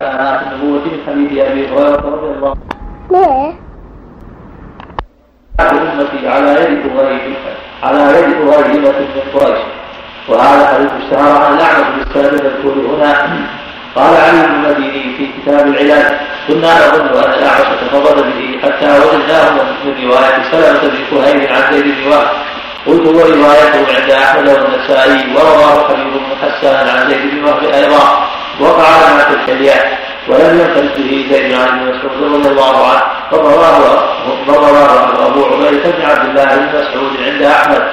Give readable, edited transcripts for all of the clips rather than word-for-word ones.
النبوة من حديث أبي هريرة رضي الله عنه أمتي على يد غيبة من قريش. وهذا حديث اشتهر عن الأعمش بالسند المذكور هنا. قال علي بن المديني في كتاب العلاج: كنا نظن أن الأعمش تفضل به حتى وجدناه من رواية سلمة بن كهيل عن زيد بن وهب. قلت: وروايته عند أحمد والنسائي، ورواه حبيب بن حسان عن زيد بن وهب أيضا، وقع لنا في الحلية، ولم ينفرد به زيد عن ابن مسعود رضي الله عنه، فرواه أبو عبيدة بن عبد الله بن مسعود عند أحمد،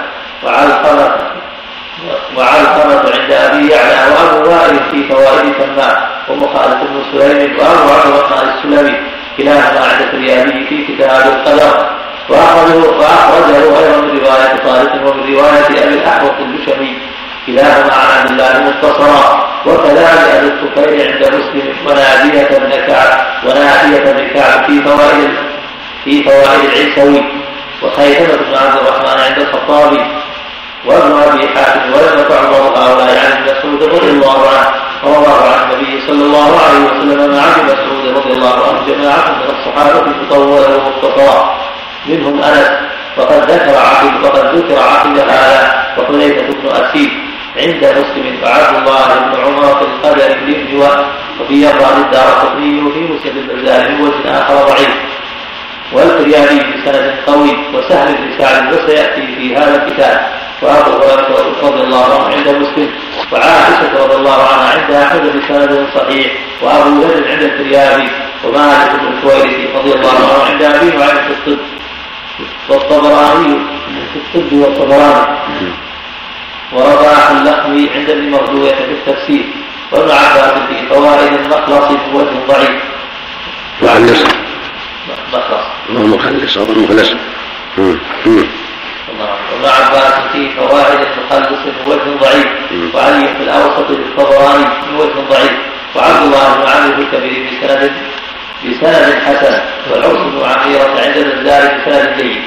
وعلقمة عند أبي يعلى، وأبو وائل في فوائد تمام، ومخالف بن سليم، وأبو عبد الرحمن السلمي كلاهما عند الرياضي في كتاب القدر. وأخرجه أيضا من رواية طارق ومن رواية أبي الأحوص الجشمي كلاهما عن عبد الله مختصرا. وكذلك أبي الطفيل عند مسلم، ونادية بن كعب في فوائد العيسوي، وخيثمة بن عبد الرحمن عند الخطابي وابن أبي حاتم. ولم يفعل الله هؤلاء عن ابن مسعود رضي الله عنه، ورواه عن النبي صلى الله عليه وسلم مع ابن مسعود رضي الله عنه جماعة من الصحابة مطولة ومختصرة، منهم أنس، وقد ذكر عقب هذا وحذيفة بن أسيد عند مسلم، وعبد الله بن عمر في القدر بن وهب، وفي يقرأ الدارقطني وفي مسند البزار وزن آخر ضعيف، والقرياني بسند قوي، وسهل بن سعد، وسيأتي في هذا الكتاب. وأبو هريرة رضي الله عنه عند مسلم، وعائشة رضي الله عنها عند أحمد بسند صحيح، وأبو ذر عند القرياني، ومالك بن الحويرثي رضي الله عنه عند أبي نعيم في الطب، والطبراني في الطب والطبراني، ورضاح اللخمي عند ابن مردوية في التفسير، وابن عباس في فوائد المخلص بوجه ضعيف. وابن عباس في فوائد المخلص بوجه ضعيف، وعلي في الأوسط للطبراني بوجه ضعيف، وعبد الله بن عامر الكبير بسند حسن، والعوس بن عميرة عند البزار بسند جيد.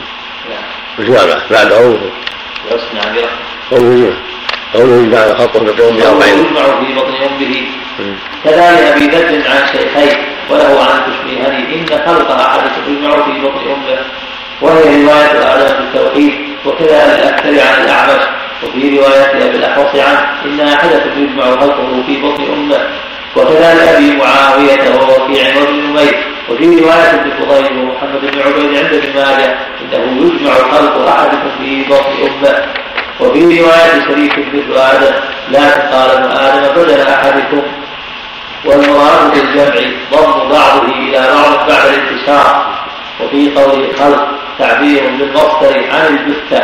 بعد عوس بن عميرة قوله بعد خطه بطن 40 يجمع في بطن أمه. كذلك أبي ذر عن شيخين وله عن تشبيهني: إن خلق أحدكم يجمع في بطن أمه، وهي رواية آدم في التوحيد. وكذلك الأكثر عن الأعمش، وفي رواية أبي الأحوص عنه: إن أحدكم يجمع خلقه في بطن أمه. وكذلك أبي معاوية ووكيع وابن نمير. وفي رواية ابن فضيل ومحمد بن عبيد عند ابن ماجه: إنه يجمع خلق أحدكم في بطن أمه. وفي رواية شريك بن آدم: لا تقارن آدم بدل أحدكم. والمراد بالجمع ضم بعضه إلى بعض بعد الانتشار. وفي قوله خلق تعبير بالمصدر عن الجثة،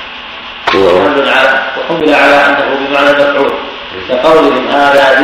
وحمل على أنه بمعنى مفعول، كقولهم هذا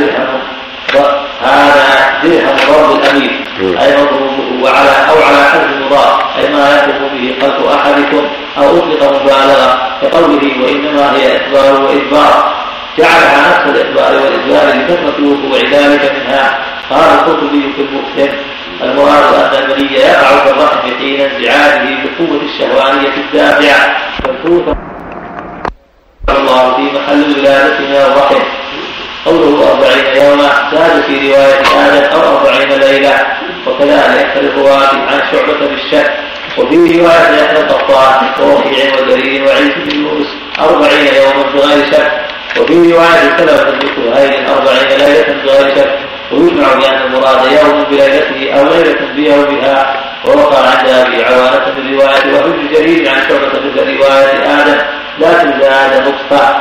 درهم ضرب الأمير، أي مضروبه، أو على حد مضاف، أي ما يحكم به خلق أحدكم، أو أطلق مبالغة، كقوله وإنما هي إخبار وإدبار، جعلها نفس الإخبار والإدبار لكثرة وقوع ذلك منها. قال القرطبي في المفهم: المراد أن المني يقع في الرحم حين انزعاجه بقوة الشهوانية الدافعة، فالكوثر الله في محل الولادة من الرحم. قوله 40 يوما زاد في رواية آدم أو 40 ليلة. وكذلك أكثر الرواة عن شعبة بالشك. وفي رواية يحيى القطان ووكيع وجرير وعيسى بن يونس 40 يوما بغير شك. وفي رواية سلمة بن كهيل 40 ليلة بغير شك. ويجمع بأن المراد يوم بليلته أو ليلة بيومها. ووقع عند أبي عوانة من رواية وهو بن جرير عن شعبة من رواية آدم لكن زاد نطفة.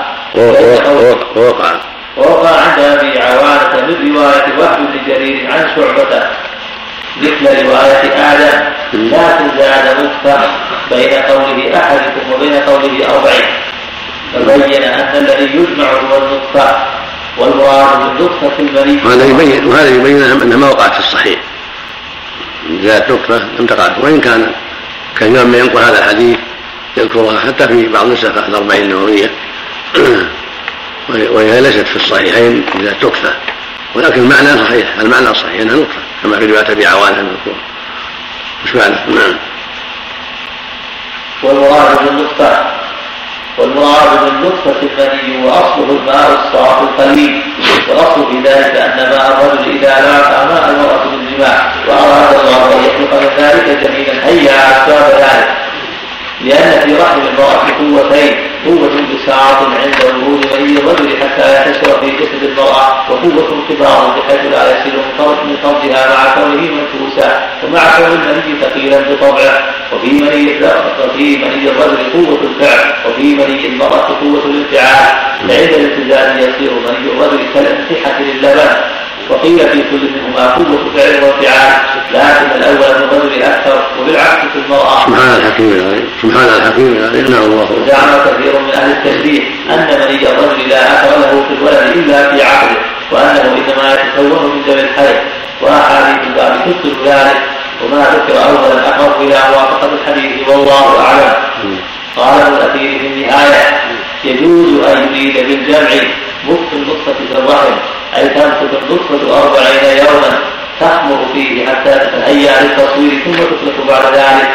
ووقع عند أبي عوانة من رواية وهب بن جرير عن شعبة مثل رواية آدم لكن زاد نطفة بين قوله أحدكم وبين قوله 40. فبين أن الذي يجمع هو النطفة، والمراد بالنطفة في المني. وهذا يبين أن ما وقعت في الصحيح زادت نطفة لم تقع، وإن كان كثيرا ما ينقل هذا الحديث يذكرها حتى في بعض النسخ 40 نووية، وهي ليست في الصحيحين زادت نطفة، ولكن المعنى صحيح، المعنى صحيح أنها نطفة كما في رواية أبي عوانة المذكورة. مش معنى؟ نعم. والمراد بالنطفة المني وأصله الماء الصافي القليل، والأصل في ذلك أن ماء الرجل إذا لأن في رحم المرأة قوتين: قوة بساعة عند ورود مني الرجل حتى ينتشر في جسد المرأة، وقوة انقباض بحيث لا يصل من فرجها مع كونه منفوسا ومع كون المني ثقيلا بطبعه. وفي مني الرجل قوة الفعل، وفي مني المرأة قوة الانفعال، فعند الامتزاج يصير مني الرجل كالانتحة للبن. وقيل في كل منهما قوة فعل وانفعال، لكن الأول من الرجل أكثر، وبالعكس في المرأة. سبحان الحكيم نعم الله. وزعم كثير من أهل التشريع أن مني الرجل لا أثر له في الولد إلا في عقله، وأنه إنما يتكون من دم الحيض، وأحاديث الباب تبطل ذلك، وما ذكر أولا أقرب إلى موافقة الحديث والله أعلم. قال ابن الأثير في النهاية: يجوز أن يريد بالجمع مخ النطفة في الرحم، أي تمسك النطفة 40 يوما تخمر فيه حتى تتهيأ للتصوير، ثم تخلق بعد ذلك.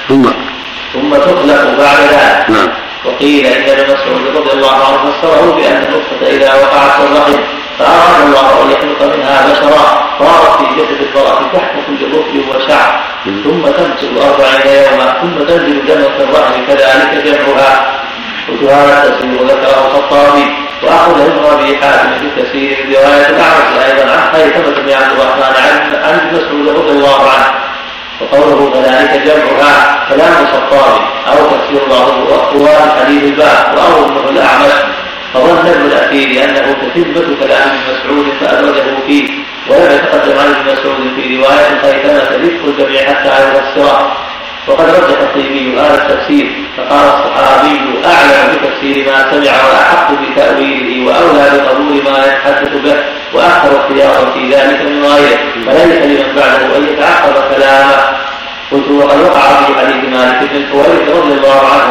نعم. وقيل إن ابن مسعود رضي الله عنه فسره بأن النطفة إذا وقعت في الرحم فأراد الله أن يخلق منها بشرا صارت في جسد المرأة تحت كل ظفر وشعر، ثم تمسك 40 يوما، ثم تنزل دم في الرحم، كذلك جمعها. وهذا التفسير ذكره الخطابي، وأخذه ابن أبي حاتم في تفسير من رواية الأعرج أيضا عن خيثمة بن عبد الرحمن عن ابن مسعود رضي الله عنه. وقوله كذلك جمعها كلام الخطابي أو تفسير بعضه أقوال حديث الباب، وأظنه الأعمش، فظن ابن الأثير أنه تتمة كلام ابن مسعود فأدرجه فيه، ولم يتقدم عن ابن مسعود في رواية خيثمة ذكر الجميع حتى يفسره. وقد رجح الطيبي آل التفسير، فقال الصحابي: أعلم بتفسير ما سمع وأحق بتأويله وأولى بقبول ما يتحدث به، وأكثر اختيارا في ذلك من غيره، فليس لمن بعده أن يتعقب كلامه. قلت: وقد وقع في حديث مالك بن الحويرث رضي الله عنه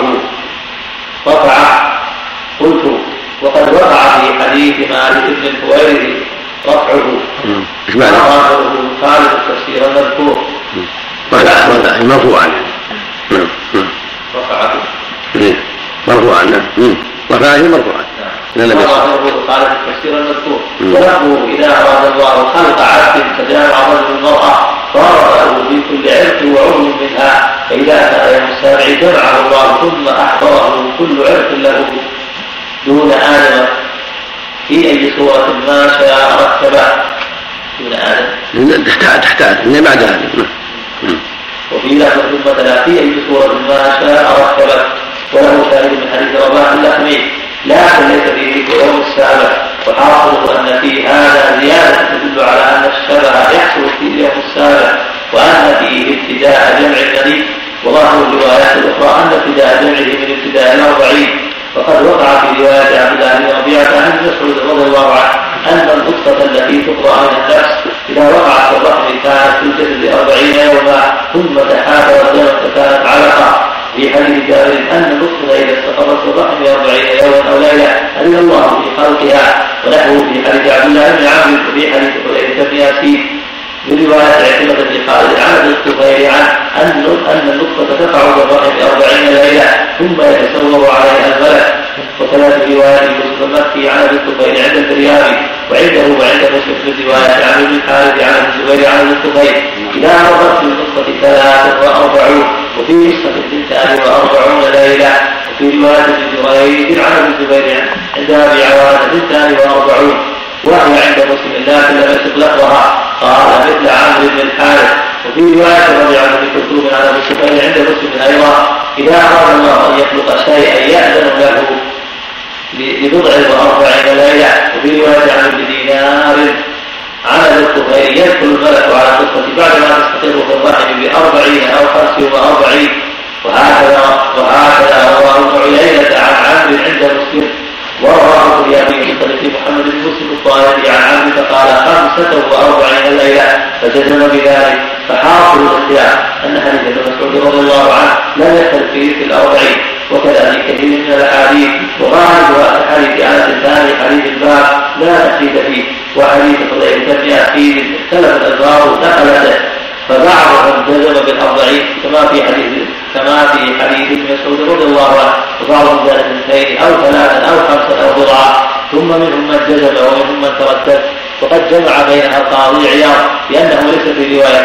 رفعه خالف التفسير المذكور مرفوعا قال التفسير المذكور. ولفظه: إذا أراد الله خلق عبد فجامع رجل المرأة صار له في كل عرق وعضو منها، فإذا كان يوم السابع جمعه الله ثم أحضره كل عرق له دون آدم في أي صورة ما شاء ركبه. دون آدم تحتاج إن بعد آدم. وفي لفظ مثلا في أي صورة ما شاء ركبه. وله شاهد من حديث رباح اللخمي، لكن ليس فيه يوم السابع، وحاصله أن في هذا زيادة تدل على أن الشبه يحصل في اليوم السابع، وأن فيه ابتداء جمع النبي. وظاهر الروايات الأخرى أن ابتداء جمعه من ابتداء 40. وقد وقع في رواية عبد الله بن ربيعة عن مسعود رضي الله عنه أن النطفة التي تقرأ من النفس إذا وقعت في الرحم كانت في الجسد 40 يوما، ثم تحاول الدم فكانت علقة. في حديث جابر أن النطفة إذا استقرت في الرحم 40 يوما أو ليلة أذن الله في خلقها، ونحوه في حديث عبد الله بن عمرو في حديث حذيفة بن ياسين. برواية عكرمة بن خالد عن ابي الطفيل أن النطفة تقع في الرحم 40 ليلة ثم يتصور عليها الملك. وكذا في رواية يوسف المكي عن ابي الطفيل عند الفريابي، وعنده وعند مسلم في رواية عن ابن الحارث عن ابن الزبير عن ابي الطفيل إذا مرت بالنطفة 43، وفي نسخة 42 ليلة. وفي رواية ابن جريج عن ابن الزبير عند ابي عوانة 42، وهي عند مسلم لكن لم يسق لفظها، قال مثل عمرو بن الحارث. وفي رواية ربيعة بن كلثوم عن ابي سفيان عند مسلم أيضا: إذا أراد الله أن يخلق شيئا يأذن له ل40 ليلة. وفي رواية عن ابن دينار عن ابي الطفيل: يدخل الملك على النطفة بعد ما تستقر في الرحم 40 أو 45. وهكذا رواه ابن عيينة عن عمرو عند مسلم، ورواه في أبي مصطفى محمد بن مسلم الطائفي عن عمرو فقال 45 ليلة فجزم بذلك. فحاصل الاختلاف أن حديث ابن مسعود رضي الله عنه لا يختلف فيه في 40، وكذلك كثير من الأحاديث، وغالبها كحديث أنس الثاني حديث الباب لا تخفيف فيه، وحديث حذيفة بن ياسين اختلف الألفاظ نقلته، فبعضهم جزم بال40 كما في حديث ابن مسعود رضي الله عنه، وبعضهم زاد 2 أو 3 أو 5 أو بضعة، ثم منهم من جزم ومنهم من تردد. وقد جمع بينها القاضي عياض لأنه ليس في رواية ابن مسعود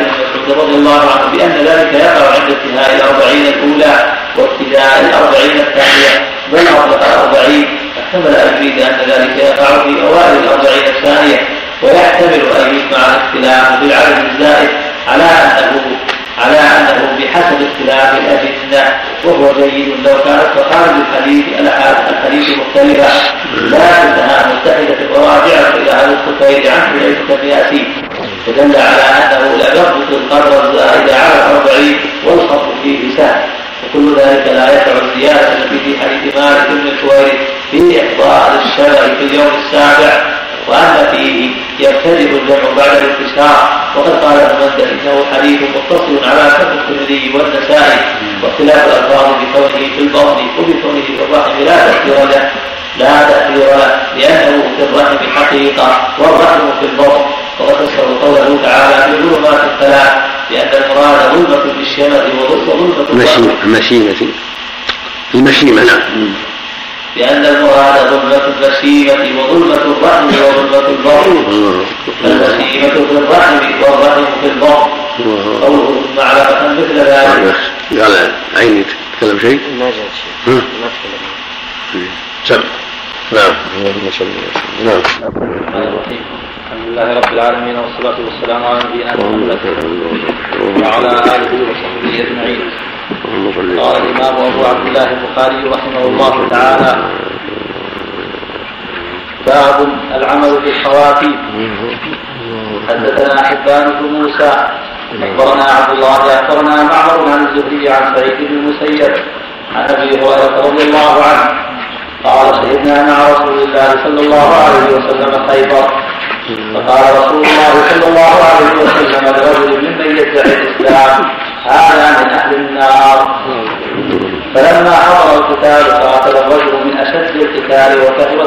مسعود رضي الله عنه بأن ذلك يقع عند انتهاء 40 الأولى وابتداء 40 الثانية، بل أطلق 40، احتمل أن يريد أن ذلك يقع في أوائل 40 الثانية، ويحتمل أن يجمع الاختلاف بالعدد الزائد على أنه بحسب اختلاف الأجنة، وهو جيد لو كانت مخارج الحديث مختلفة لكنها متحدة وراجعة إلى هذا الخطير عنه ليس كالياسين، فدل على أنه لا يضبط القدر الزائد على 40 والخط فيه سهل، وكل ذلك لا يقع الزيادة التي في حديث مالك بن الحويرث في إحضار الشرع في اليوم السابع، وأن فيه يبتدئ الجمع بعد الانتشار. وقد قال ابن منده إنه حديث متصل على كتب الترمذي والنسائي، واختلاف الألفاظ بكونه في البطن وبكونه في الرحم لا تأثير له لأنه في الرحم حقيقة والرحم في البطن. وقد فسر قوله تعالى في ظلمات الثلاث لأن المراد ظلمة بالشمس وظلمة المشيمة لأن المراد ظلمة المشيمة وظلمة الرحم وظلمة البطن، المشيمة في الرحم والرحم في البطن. قوله معلقة مثل ذلك. قال عيني تكلم شيء؟ ما جاء شيء. سم. نعم. نعم. الحمد لله رب العالمين والصلاة والسلام على نبينا محمد وعلى آله وصحبه أجمعين. قال الإمام أبو عبد الله البخاري رحمه الله تعالى: باب العمل بالخواتيم. حدثنا حبان بن موسى أخبرنا عبد الله أخبرنا معمر عن الزهري عن سعيد بن المسيب عن أبي هريرة رضي الله عنه قال: شهدنا مع رسول الله صلى الله عليه وسلم خيبر، فقال رسول الله صلى الله عليه وسلم لرجل ممن يدعي الإسلام: هذا من أهل النار. فلما حضر القتال قاتل الرجل من أشد القتال وكثرت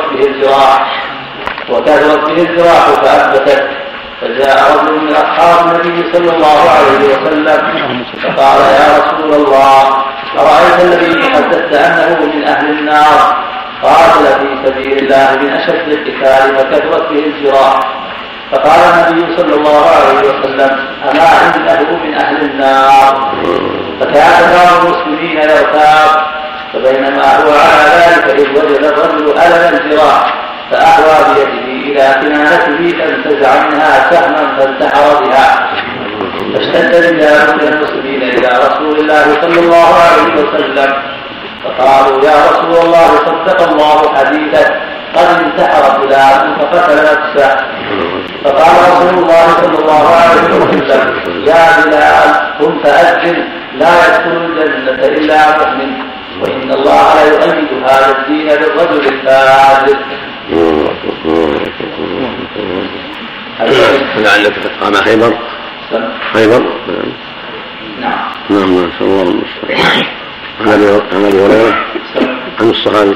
به الجراح فأثبتت، فجاء رجل من أصحاب النبي صلى الله عليه وسلم فقال: يا رسول الله، أرأيت الذي حدثت أنه من أهل النار قاتل في سبيل الله من أشد القتال وكثرت به الجراح؟ فقال النبي صلى الله عليه وسلم: أما إنه من أهل النار. فكان بعض المسلمين يرتاب، فبينما هو على ذلك إذ وجد الرجل ألم الجراح فأهوى بيده إلى كنانته فانتزع منها سهما فانتحر بها، فاشتد رجال من المسلمين إلى رسول الله صلى الله عليه وسلم فقالوا: يا رسول الله، صدق الله حديثك، قد انتحر فلان فقتل نفسه. فقال رسول الله صلى الله عليه وسلم: يا بلال، قم فأذن، لا يدخل الجنة إلا مؤمن، وإن الله لا يؤيد هذا الدين بالرجل الفاجر. لعلك قام خيبر. نعم. نعم. الله المستعان. عن أبي هريرة عن الصحابي.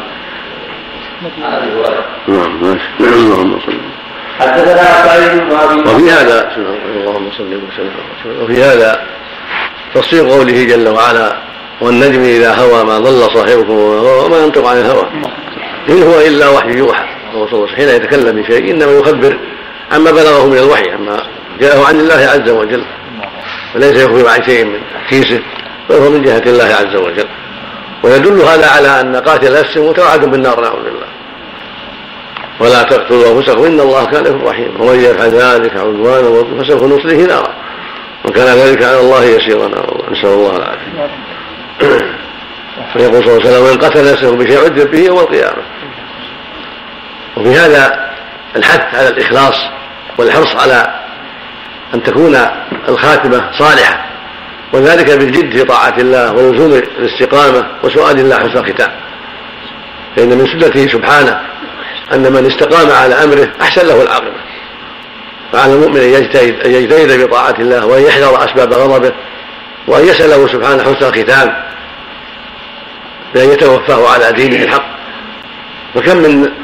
نعم. ماشي. اللهم صل. حدثنا سعيد بن أبي. وفي هذا اللهم صل وسلم. وفي هذا تصديق قوله جل وعلا: والنجم إذا هوى ما ضل صاحبكم وما ينطق عن الهوى إن هو إلا وحي يوحى. وهو حين يتكلم بشيء إنما يخبر عما بلغه من الوحي، عما جاءه عن الله عز وجل، وليس يخبر عن شيء من كيسه، فهو من جهة الله عز وجل. ويدل هذا على أن قاتل نفس متوعد بالنار، نعوذ بالله. ولا تقتلوا أنفسكم إن الله كان غفورا رحيما، ومن يفعل ذلك عدوانا فسوف نصليه نارا وكان ذلك على الله يسيرا. نسأل الله العافية. فيقول صلى الله عليه وسلم: من قتل نفسه بشيء عذب به يوم القيامة. وفي هذا الحث على الإخلاص والحرص على أن تكون الخاتمة صالحة، وذلك بالجد في طاعة الله ولزوم الاستقامة وسؤال الله حسن الختام، فإن من سنته سبحانه أن من استقام على أمره أحسن له العاقبة. فعلى المؤمن أن يجتهد بطاعة الله وأن يحذر أسباب غضبه، وأن يسأله سبحانه حسن الختام بأن يتوفاه على دينه الحق. وكم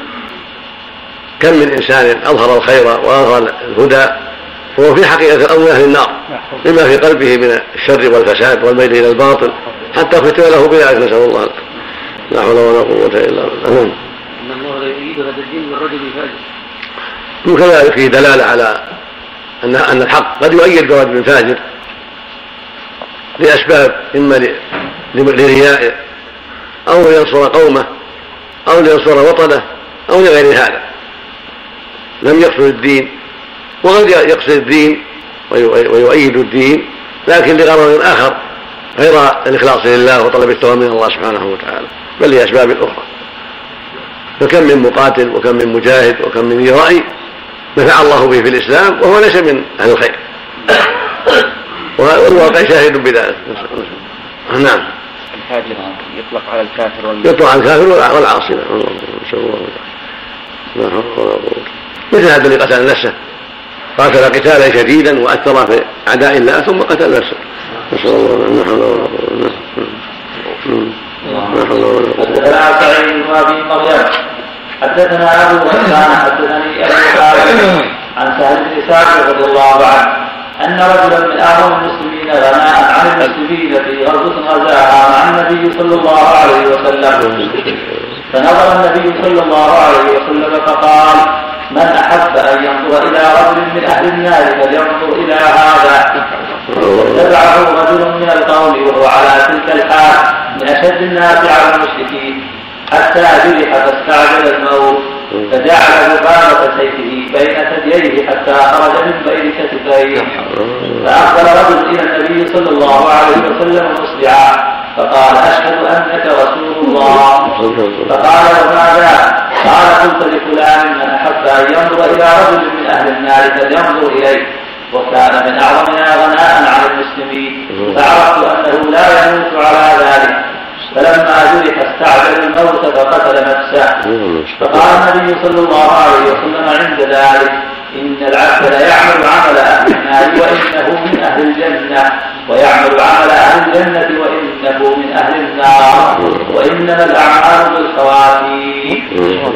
من إنسان أظهر الخير وأظهر الهدى وهو في حقيقة الأمر أهل النار لما في قلبه من الشر والفساد والميل إلى الباطل، حتى ختم له بذلك. نسأل الله لا حول ولا قوة إلا بالله. إن الله لا يؤيد هذا الدين بالرجل الفاجر. وكذلك فيه دلالة على أن الحق قد يؤيد برجل فاجر، لأسباب إما لريائه أو لينصر قومه أو لينصر وطنه أو لغير هذا، لم يقصد الدين، وقد يقصد الدين ويؤيد الدين لكن لغرض آخر غير الإخلاص لله وطلب الثواب من الله سبحانه وتعالى، بل لأسباب أخرى. فكم من مقاتل وكم من مجاهد وكم من ذي رأي نفع الله به في الإسلام وهو ليس من أهل الخير، والواقع شاهد بذلك. نعم. الحاجة يطلق على الكافر والعاصي. نسأل الله العافية. مثل هذا اللي قتل نفسه، قاتل قتالا شديدا وأثر في أعداء الله ثم قتل نفسه. نسأل الله لا حول ولا قوة. حدثنا سعيد بن أبي مريم حدثنا أبو غسان حدثني أبو خالد عن سهل بن سعد رضي الله عنه أن رجلا من أعظم المسلمين غناء عن المسلمين في غزوة غزاها مع النبي صلى الله عليه وسلم، فنظر النبي صلى الله عليه وسلم فقال: من أحب أن ينظر إلى رجل من أهل النار فلينظر إلى هذا. فاتبعه رجل من القوم وهو على تلك الحال من أشد الناس على المشركين حتى جرح فاستعجل الموت، فجعل ذبابة سيفه بين ثدييه حتى خرج من بين كتفيه، فأقبل رجل إلى النبي صلى الله عليه وسلم مسرعا فقال: أشهد أنك رسول الله. فقال: وماذا؟ قال: قلت لفلان من أحب أن ينظر إلى رجل من أهل النار فلينظر إليه، وكان من أعظمنا غناء على المسلمين، فعرفت أنه لا يموت على ذلك، فلما جرح استعجل الموت فقتل نفسه. فقال النبي صلى الله عليه وسلم عند ذلك: إن العبد ليعمل عمل أهل النار وإنه من أهل الجنة، ويعمل عمل أهل الجنة وإنه من أهل النار، وإنما الأعمال بالخواتيم.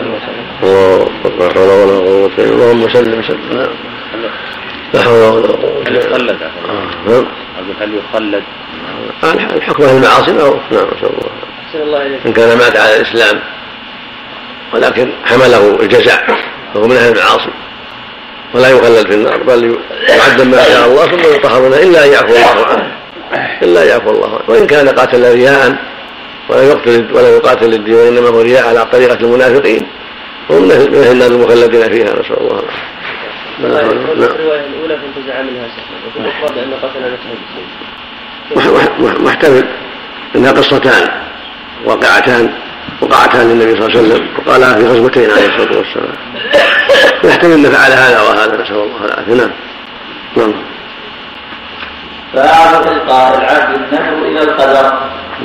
اللهم سلم سلم. لا حول ولا قوة. هل يخلد؟ هل يخلد؟ الحكم أهل المعاصي نعم. إن كان مات على الإسلام ولكن حمله الجزع فهو من أهل المعاصي ولا يخلد في النار، بل يعذب ما شاء الله ثم يطهرون إلا أن يعفو الله عنه. وإن كان قاتل رياء ولا يقاتل للدين وإنما هو رياء على طريقة المنافقين وهم من أهل النار المخلدين فيها. نسأل الله الرواية الأولى فانتزع منها سحنا، وفي الأخرى بأن قتل نفسه. محتمل إنها قصتان وقعتان للنبي صلى الله عليه وسلم وقالها في غزوتين عليه الصلاة والسلام، يحتمل أن فعل هذا وهذا. نسأل الله العافية. نعم. باب إلقاء العبد النذر إلى القدر.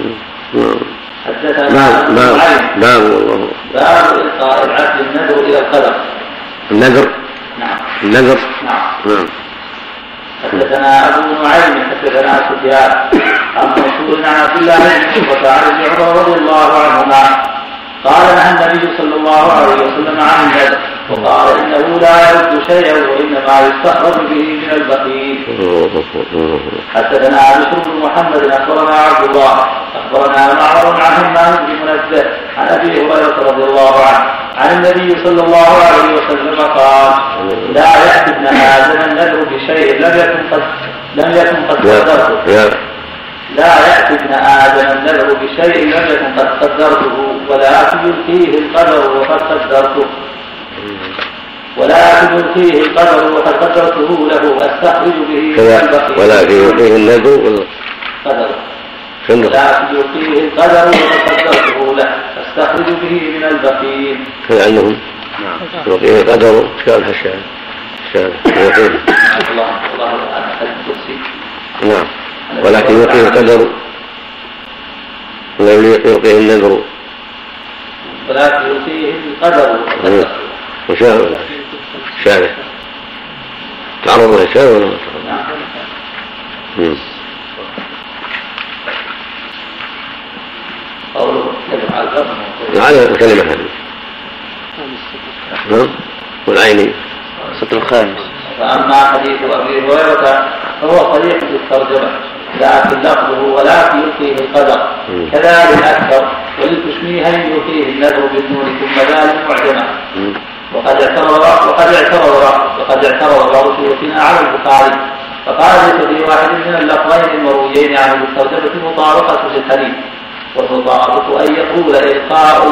حدثنا باب والله باب إلقاء العبد النذر إلى القدر. النذر. نعم. النذر. نعم. حدثنا أبو نعيم حدثنا سفيان عن منصور عن عبد الله بن عمر عن ابن عمر رضي الله عنهما قال: نهى النبي صلى الله عليه وسلم عن النذر وقال: إنه لا يرد شيئا وإنما يستخرج به من البخيل. حدثنا بشر بن محمد أخبرنا عبد الله أخبرنا معمر عن همام بن منبه عن أبي هريرة رضي الله عنه عن النبي صلى الله عليه وسلم قال: لا يأتي ابن آدم النذر بشيء لم يكن قد قدرته. لا يأتي ابن آدم النذر بشيء لم يكن قد قدرته، ولكن يلقيه القدر وقد قدرته وقد قدرته له أستخرج به من البخيل. ولكن يلقيه النذر ولكن يلقيه القدر وقد قدرته له أستخرج به من البخيل. فلعلهم يلقيه القدر كان الشاهد الله الكرسي. نعم. ولكن يلقيه القدر ولا يلقيه النذر، ولكن يلقيه القدر شارع تعرض له شارع ولا ما تعرض؟ قوله يجعل القدر على الكلمة هذه. والعيني. السطر الخامس. فأما حديث أبي هريرة فهو صريح في الترجمة لكن لفظه ولكن يلقيه القدر كذلك أكثر، وللتشميهين يلقيه النذر بالنون ثم ذلك معجمة. وقد اعترض بعض شيوخنا على البخاري فقال ليس في واحد من اللفظين المرويين عنه بالترجمة مطابقة للحديث، والمطابقة أن يقول إلقاء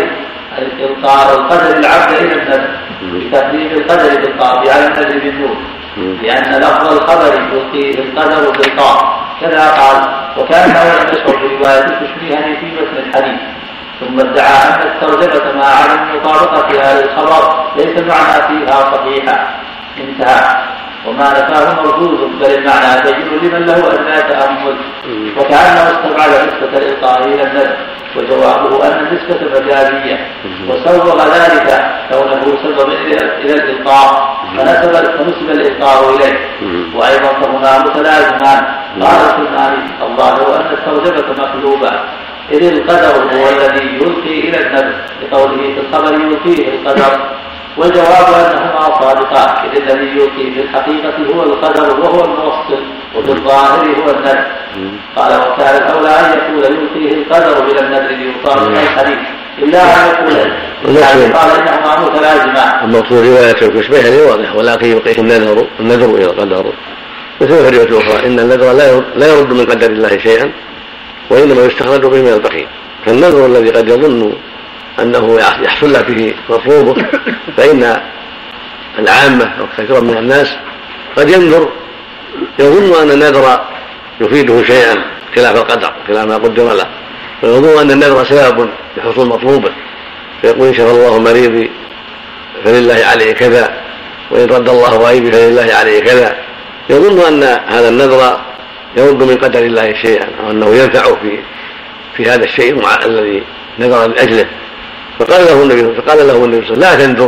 القدر العبد إلى النذر بتقديم القدر بالطاء على النذر بالنون، لأن لفظ الخبر يلقي القدر بالطاء. كذا قال: وكان أولا يشعر برواية تشبيهني في متن الحديث، ثم ادعى أن الترجمة مع عدم مطابقتها للخبر ليس المعنى فيها صحيحا. انتهى. وما نفاه موجود، بل المعنى بين لمن له أدنى تأمل، وكأنه استبعد نسبة الإلقاء إلى النذر، وجوابه أن النسبة مجازية، وسوغ ذلك كونه سبب إلى الإلقاء فنسب الإلقاء إليه، وأيضا فهما متلازمان. قال الكناني: الظاهر أن الترجمة مقلوبة، إذ القدر هو الذي يلقي إلى النذر، لقوله في الخبر يلقيه القدر، والجواب أنهما صادقان، إذ الذي يلقي في الحقيقة هو القدر وهو الموصل، وفي الظاهر هو النذر. قال: وكان الأولى أن يقول يلقيه القدر إلى النذر ليطابق الحديث، إلا أن يقول قال إنهما متلازمان. المقصود رواية الكشميهني واضح، ولكن يلقيه النذر إلى القدر، مثل الرواية الأخرى: إن النذر لا يرد من قدر الله شيئا، وإنما يستخرج به من البخيل. فالنذر الذي قد يظن أنه يحصل له به مطلوبه، فإن العامة وكثيرا من الناس قد ينذر يظن أن النذر يفيده شيئا خلاف القدر، خلاف ما قدر له، فيظن أن النذر سبب لحصول مطلوبه، فيقول: إن شفى الله مريضي فلله عليه كذا، وإن رد الله غائبي فلله عليه كذا. يظن أن هذا النذر يرد من قدر الله شيئا، أو أنه ينفعه في هذا الشيء الذي نذر لأجله. فقال له النبي صلى الله عليه وسلم: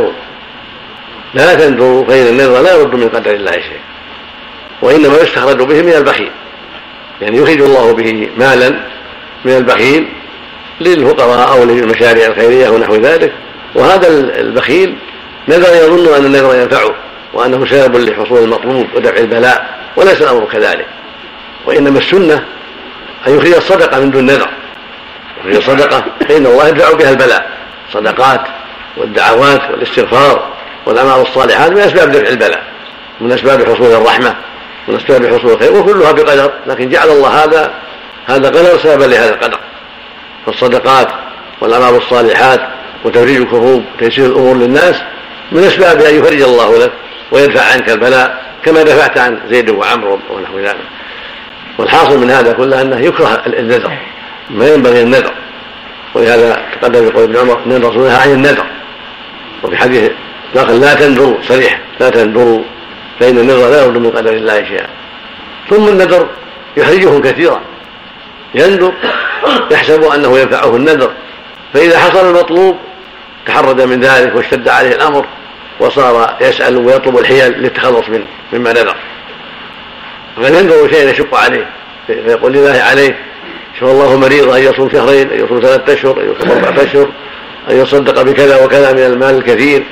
لا تنذروا فإن النذر لا يرد من قدر الله شيئا، وإنما يستخرج به من البخيل، يعني يخرج الله به مالا من البخيل للفقراء أو للمشاريع الخيرية ونحو ذلك. وهذا البخيل نذر يظن أن النذر ينفعه، وأنه سبب لحصول المطلوب ودفع البلاء، وليس الأمر كذلك. وإنما السنة أن يخرج الصدقة من دون نذر، يخرج الصدقة فإن الله يدفع بها البلاء، الصدقات والدعوات والاستغفار والأعمال الصالحات من أسباب دفع البلاء، من أسباب حصول الرحمة، من أسباب حصول الخير، وكلها بقدر، لكن جعل الله هذا قدر سببا لهذا القدر. فالصدقات والأعمال الصالحات وتفريج الكروب وتيسير الأمور للناس من أسباب أن يفرج الله لك ويدفع عنك البلاء، كما دفعت عن زيد وعمرو ونحو ذلك. والحاصل من هذا كله أنه يكره النذر، ما ينبغي النذر، ولهذا تقدم في قول ابن عمر: ان الرسول نهى عن النذر. وفي حديث قال: لا تنذروا صريح، لا تنذروا فإن النذر لا يرد من قدر الله شيئا. ثم النذر يحرجهم كثيرا، ينذر يحسب أنه ينفعه النذر، فإذا حصل المطلوب تحرد من ذلك واشتد عليه الأمر، وصار يسأل ويطلب الحيل للتخلص مما نذر. فقد ينذر شيئا يشق عليه، فيقول لله عليه: شفى الله مريضا، أن يصوم شهرين، أن يصوم 3 أشهر، أن يصوم 4 أشهر، أن يصدق بكذا وكذا من المال الكثير.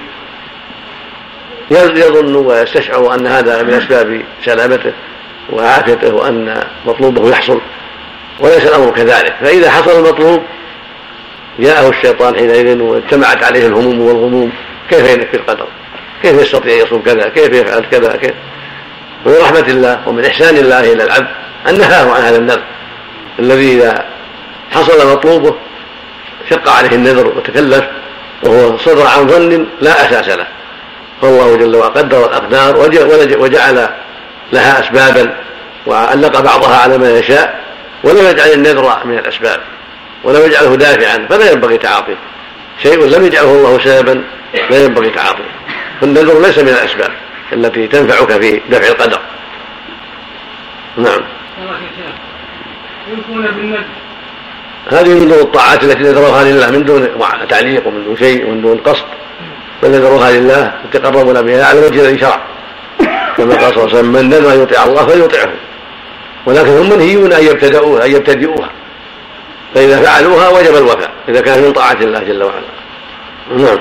يظن ويستشعر أن هذا من أسباب سلامته وعافيته، وأن مطلوبه يحصل، وليس الأمر كذلك. فإذا حصل المطلوب جاءه الشيطان حينئذ واجتمعت عليه الهموم والغموم: كيف ينفي القدر؟ كيف يستطيع يصوم كذا؟ كيف يفعل كذا؟ كيف؟ ومن رحمة الله ومن إحسان الله إلى العبد أن نهاه عن هذا النذر الذي إذا حصل مطلوبه شق عليه النذر وتكلف، وهو صدر عن ظن لا أساس له. فالله جل وعلا قدر الأقدار وجعل لها أسبابا، وعلق بعضها على ما يشاء، ولم يجعل النذر من الأسباب، ولم يجعله دافعا، فلا ينبغي تعاطيه. شيء لم يجعله الله سببا لا ينبغي تعاطيه. فالنذر ليس من الأسباب التي تنفعك في دفع القدر. نعم. هذه من دون الطاعات التي نذروها لله من دون تعليق ومن دون شيء ومن دون قصد، بل نذروها لله يتقربون بها على وجه الذي شرع، كما قال صلى الله عليه وسلم: من نذر أن يطيع الله فليطيعه، ولكن هم منهيون أن يبتدئوها، فإذا فعلوها وجب الوفاء إذا كان من طاعة الله جل وعلا. نعم.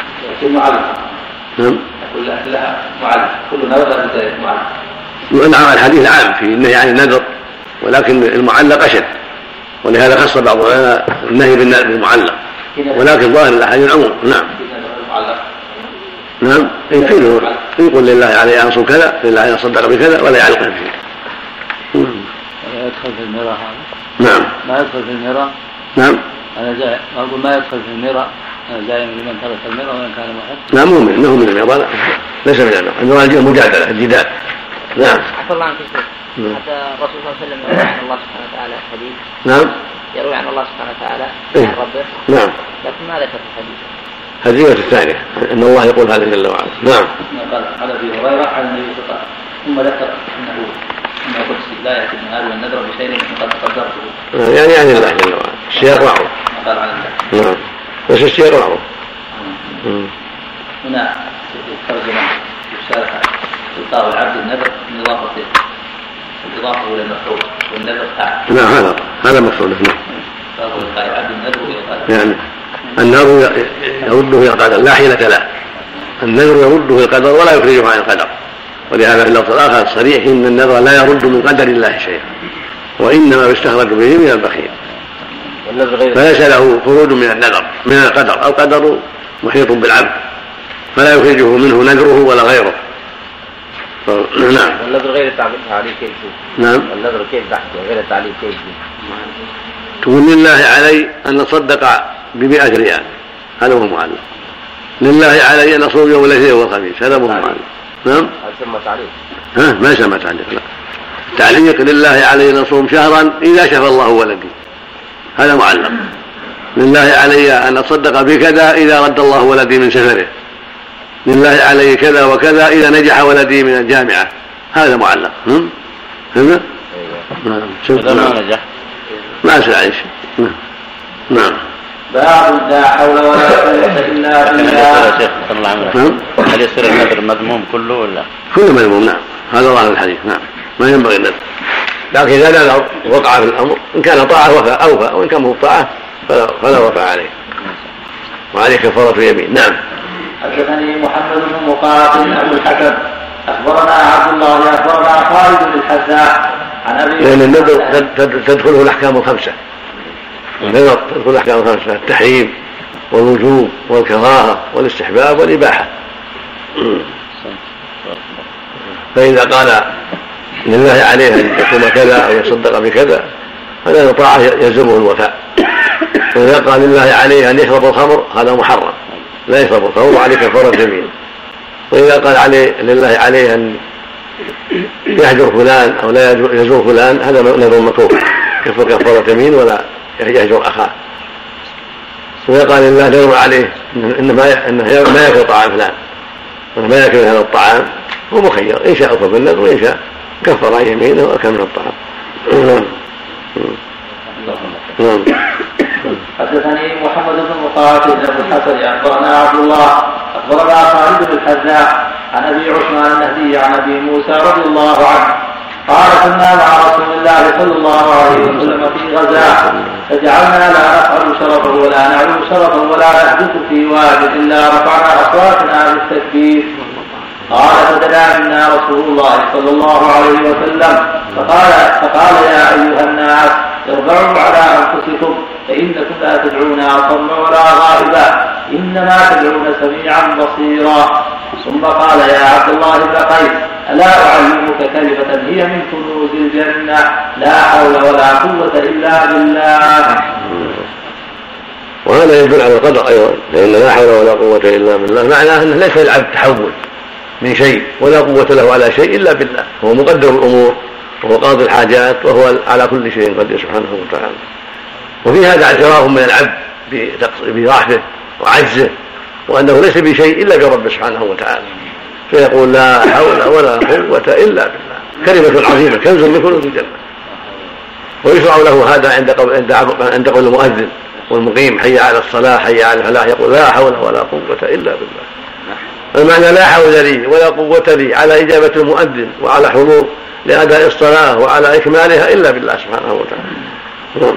نعم. لها معلق، كل نذر معلق. نعم. الحديث عام في النهي عن النذر، ولكن المعلق أشد، ولهذا خص بعض النهي بالمعلق، ولكن ظاهر الأحاديث العموم. نعم. نعم يقول لله علي أن أصوم كذا، لله علي أن أصدق بكذا، ولا يعلق فيه. ولا يدخل في المرأة هذا؟ نعم. ما يدخل في المرأة؟ نعم. أنا أقول ما يدخل في المرأة، أنا زائم لمن ترك المرأة وإن كان محب. لا مو من المرأة، ليس من المرأة، المرأة المجادلة الجدال. نعم. عفى الله عنك شيخ. حتى الرسول صلى الله عليه وسلم يروي عن الله سبحانه وتعالى حديث. نعم. يروي عن الله سبحانه وتعالى عن ربه. نعم. لكن ما ذكر في الحديث. هذه الثانية أن الله يقول هذا جل وعلا. نعم. قال على أبي هريرة عن النبي صلى الله عليه وسلم ثم ذكر أنه قدسي لا يأتي من هذا النذر بشيء قد قدرته. يعني الله جل وعلا. السياق معروف. قال على الله. نعم. بس السياق معروف. هنا ترجمة الشارحة إلقاء العبد النذر من إضافة إلى المفعول والنذر فاعل. نعم هذا مقصود. نعم. إلقاء العبد النذر يعني النذر يرده إلى القدر لا حيلة له. النذر يرده إلى القدر ولا يخرجه عن القدر، ولهذا في اللفظ الآخر الصريح إن النذر لا يرد من قدر الله شيئا، وإنما يستخرج به من البخيل، فليس له خروج من النذر من القدر. القدر محيط بالعبد فلا يخرجه منه نذره ولا غيره. نعم. والنذر غير التعليل كيف؟ نعم. والنذر كيف بحث غير التعليل كيف؟ تقول لله علي أن نتصدق ب100 ريال، هذا هو معلم. لله علي أن أصوم يوم الاثنين والخميس، هذا هو معلم. نعم. هذا يسمى تعليق. ما يسمى تعليق. لا. تعليق لله علي أن أصوم شهرا إذا شفى الله ولدي، هذا معلم. لله علي أن أتصدق بكذا إذا رد الله ولدي من سفره. لله علي كذا وكذا إذا نجح ولدي من الجامعة، هذا معلق. هذا؟ إذا ما نجح ما أسأل عن شيء. نعم. باب لا حول ولا قوة إلا بالله. هل يصير النذر مذموم كله ولا؟ كله مذموم. نعم. هذا ظاهر الحديث. نعم. ما ينبغي النذر، لكن إذا نذر وقع في الأمر، إن كان طاعة أوفى، وإن كان طاعة فلا وفى عليه، وعليه كفارة يمين. نعم. حدثني محمد بن مقاتل أبو الحكم أخبرنا عبد الله أخبرنا خالد بن الحذاء عن أبي. لأن النذر تدخله الأحكام الخمسة. النذر تدخل الأحكام الخمسة: التحريم والوجوب والكراهة والاستحباب والإباحة. فإذا قال لله عليه أن يصوم كذا أو يصدق بكذا، هذا طاعة يلزمه الوفاء. وإذا قال لله عليه أن يشرب الخمر، هذا محرم، لا يشرب الخمر وعليه كفارة يمين. وإذا قال لله عليه أن يهجر فلان أو لا يزور فلان، هذا نذر مكروه، كفارة يمين ولا يهجر أخاه. وإذا قال لله نذر عليه إنه ما يأكل طعام فلان، ما يأكل هذا الطعام، هو مخير، إن شاء أكل بالنذر وإن شاء كفر عن يمينه وأكل من الطعام. حدثني محمد بن مقاتل أبو الحسن أخبرنا عبد الله أخبرنا خالد بن الحذاء عن أبي عثمان النهدي عن أبي موسى رضي الله عنه قال: كنا مع رسول الله صلى الله عليه وسلم في غزاة، فجعلنا لا نفعل شرفه ولا نعلم شرفه ولا نحدث في واد إلا رفعنا أصواتنا بالتكبير. قال: فدنا منا رسول الله صلى الله عليه وسلم فقال: يا أيها الناس اربعوا على أنفسكم فإنكم لا تدعون أصم ولا غائبا، إنما تدعون سميعا بصيرا. ثم قال: يا عبد الله بن قيس ألا أعلمك كلمة هي من كنوز الجنة: لا حول ولا قوة إلا بالله. وهذا يدل على القدر أيضا، لأن لا حول ولا قوة إلا بالله معناه أنه ليس للعبد تحول من شيء ولا قوة له على شيء إلا بالله، هو مقدر الأمور وهو قاضي الحاجات وهو على كل شيء قدير سبحانه وتعالى. وفي هذا اعتراف من العبد بضعفه وعجزه، وأنه ليس بشيء إلا برب سبحانه وتعالى، فيقول: لا حول ولا قوة إلا بالله، كلمة عظيمة كنز من كنوز الجنة. ويشرع له هذا عند قول المؤذن والمقيم: حي على الصلاة حي على الفلاح، يقول: لا حول ولا قوة إلا بالله. المعنى: لا حول لي ولا قوة لي على إجابة المؤذن وعلى حضور لأداء الصلاة وعلى إكمالها إلا بالله سبحانه وتعالى.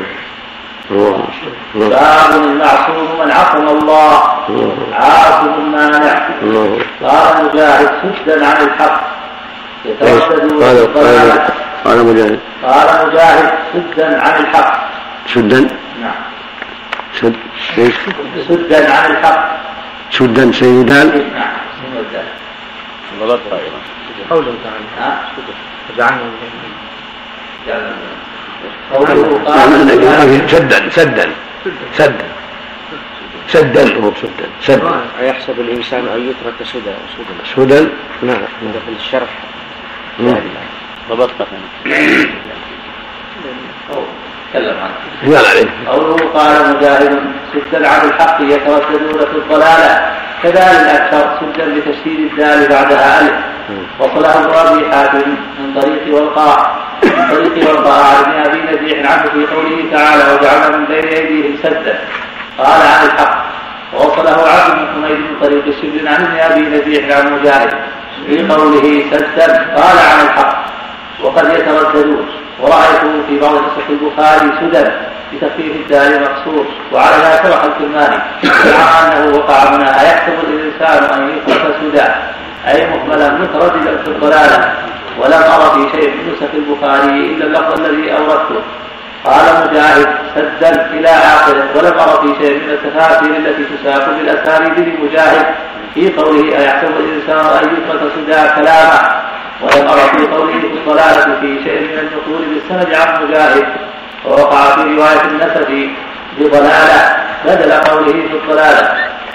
باب المعصوم من عصم الله عاصم مانع. قال مجاهد: سدا عن الحق قال مجاهد سدا عن الحق. سدا؟ نعم. سدا عن الحق. سدا سيدان. المبدأ غلط أيضا قوله تعالى فجعلنا قوله قال سدا أيحسب الإنسان أن يترك سدى نعم في الشرح ضبطت تكلم عنه. لا عليه. قوله قال مجاهد سدا عن الحق يترددون في الضلالة كذلك الأكثر سدا بتشديد الدال بعدها ألف. وصله ابن حاتم من طريق والقاع عن أبي نجيح عنه في قوله تعالى وجعلنا من بين أيديهم سدا قال عن الحق. ووصله عبد بن حميد من طريق السجن عن أبي نجيح عن مجاهد في قوله سدا قال عن الحق. وقد يترددون ورأيته في بعض نسخ البخاري سدى بتخفيف الدال مقصور وعلى ذا شرح الكرماني مع أنه وقع منها أيحسب الإنسان أن يترك سدى أي مهملا مترددا في الضلالة. ولم أرى في شيء من نسخ البخاري إلا اللفظ الذي أوردته. قال مجاهد سدا إلى آخره. ولم أرى في شيء من التفاسير التي تساق بالأسانيد لمجاهد في قوله أيحسب الإنسان أن يترك سدى كلامه. ولم أرى في قوله في الضلالة في شيء من النقول بالسند عن مجاهد. ووقع في رواية النسفي بضلالة بدل قوله في الضلالة.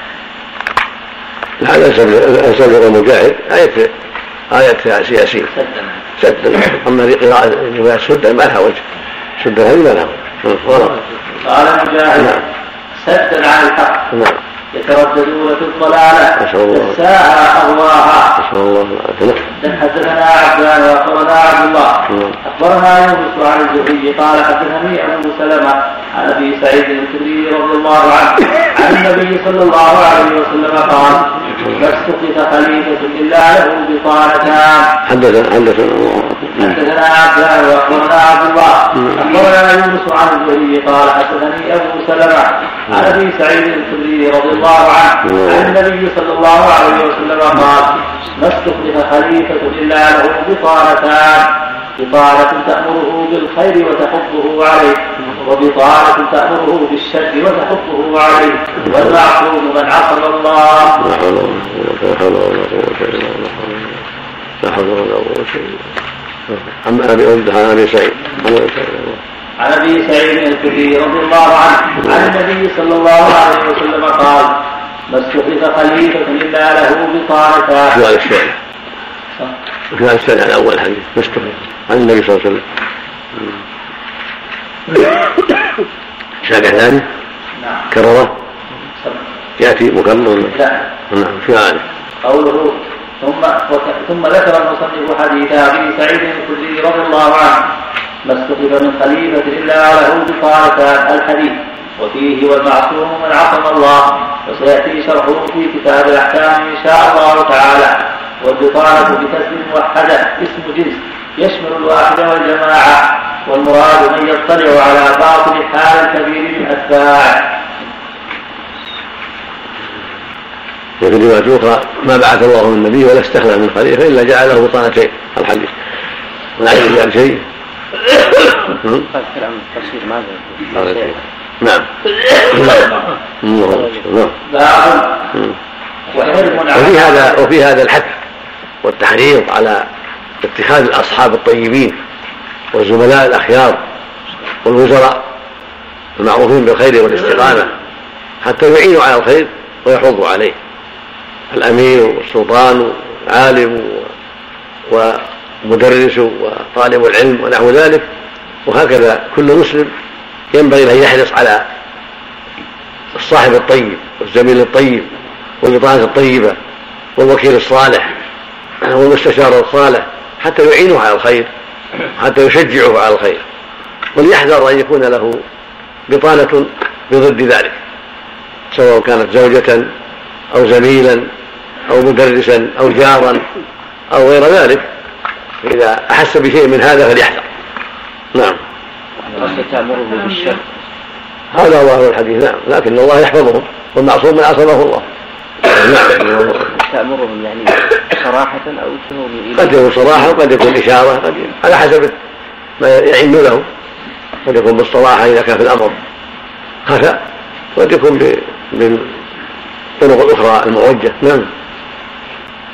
هذا سبب مجاهد آية سياسية سدا. أما رواية سدا ما لها وجه. سدا هذه ما لها وجه. قال مجاهد سدا عن الحق يترددون في الضلالة تساها أهواها. حدثنا عبدان وأخبرنا عبد الله أخبرنا يونس عن الزهري قال حدثني أبو سلمة عن أبي سعيد الخدري رضي الله عنه عن النبي صلى الله عليه وسلم قال ما استخلف خليفة إلا له بطانتان. حدثنا عبدان وأخبرنا عبد الله أخبرنا يونس عن الزهري قال حدثني أبو سلمة عن أبي سعيد الخدري رضي الله عنه عن النبي صلى الله عليه وسلم قال ما استخلف خليفة إلا له بطانتان. بطانة تأمره بالخير وتحضه عليه وبطانة تأمره بالشر وتحضه عليه والمعصوم من عصم الله. لا حول ولا قوة إلا بالله. عن أبي سعيد الخدري رضي الله عنه عن النبي صلى الله عليه وسلم قال ما استخلف خليفة إلا له بطانتان. في هذا السنة على أول حديث مستخلف عن النبي صلى الله عليه وسلم. شارع ثاني كرره يأتي مكرر. نعم في هذا قوله ثم ذكر المصنف حديث أبي سعيد الخدري رضي الله عنه ما استخلف من خليفة إلا له بطانتان الحديث وفيه والمعصوم من عصم الله. وسيأتي شرحه في كتاب الأحكام إن شاء الله تعالى. والبطانة بكسر موحدة اسم جنس يشمل الواحد والجماعة والمراد من يطلع على باطن حال الكبير من أتباعه. وفي رواية أخرى ما بعث الله النبي ولا استخلف من خليفة إلا جعله بطانتين الحديث. ولا يجعل شيء. نعم. وفي هذا الحث والتحريض على اتخاذ الأصحاب الطيبين والزملاء الأخيار والوزراء المعروفين بالخير والاستقامة حتى يعينوا على الخير ويحضوا عليه. الأمير والسلطان والعالم ومدرس وطالب العلم ونحو ذلك. وهكذا كل مسلم ينبغي أن يحرص على الصاحب الطيب والزميل الطيب والبطانة الطيبة والوكيل الصالح والمستشار الصالح حتى يعينه على الخير حتى يشجعه على الخير. وليحذر أن يكون له بطانة بضد ذلك سواء كانت زوجة أو زميلا أو مدرسا أو جارا أو غير ذلك. إذا أحس بشيء من هذا فليحذر. نعم. تأمره بالشر هذا هو الحديث. نعم. لكن الله يحفظهم والمعصوم من عصمه الله. نعم. تأمرهم يعني صراحة أو تنوم قد يكون صراحة وقد يكون إشارة على حسب ما يعين له. قد يكون بالصراحة إذا كان في الأمر خفى وقد يكون بالطرق الأخرى الموجهة. نعم.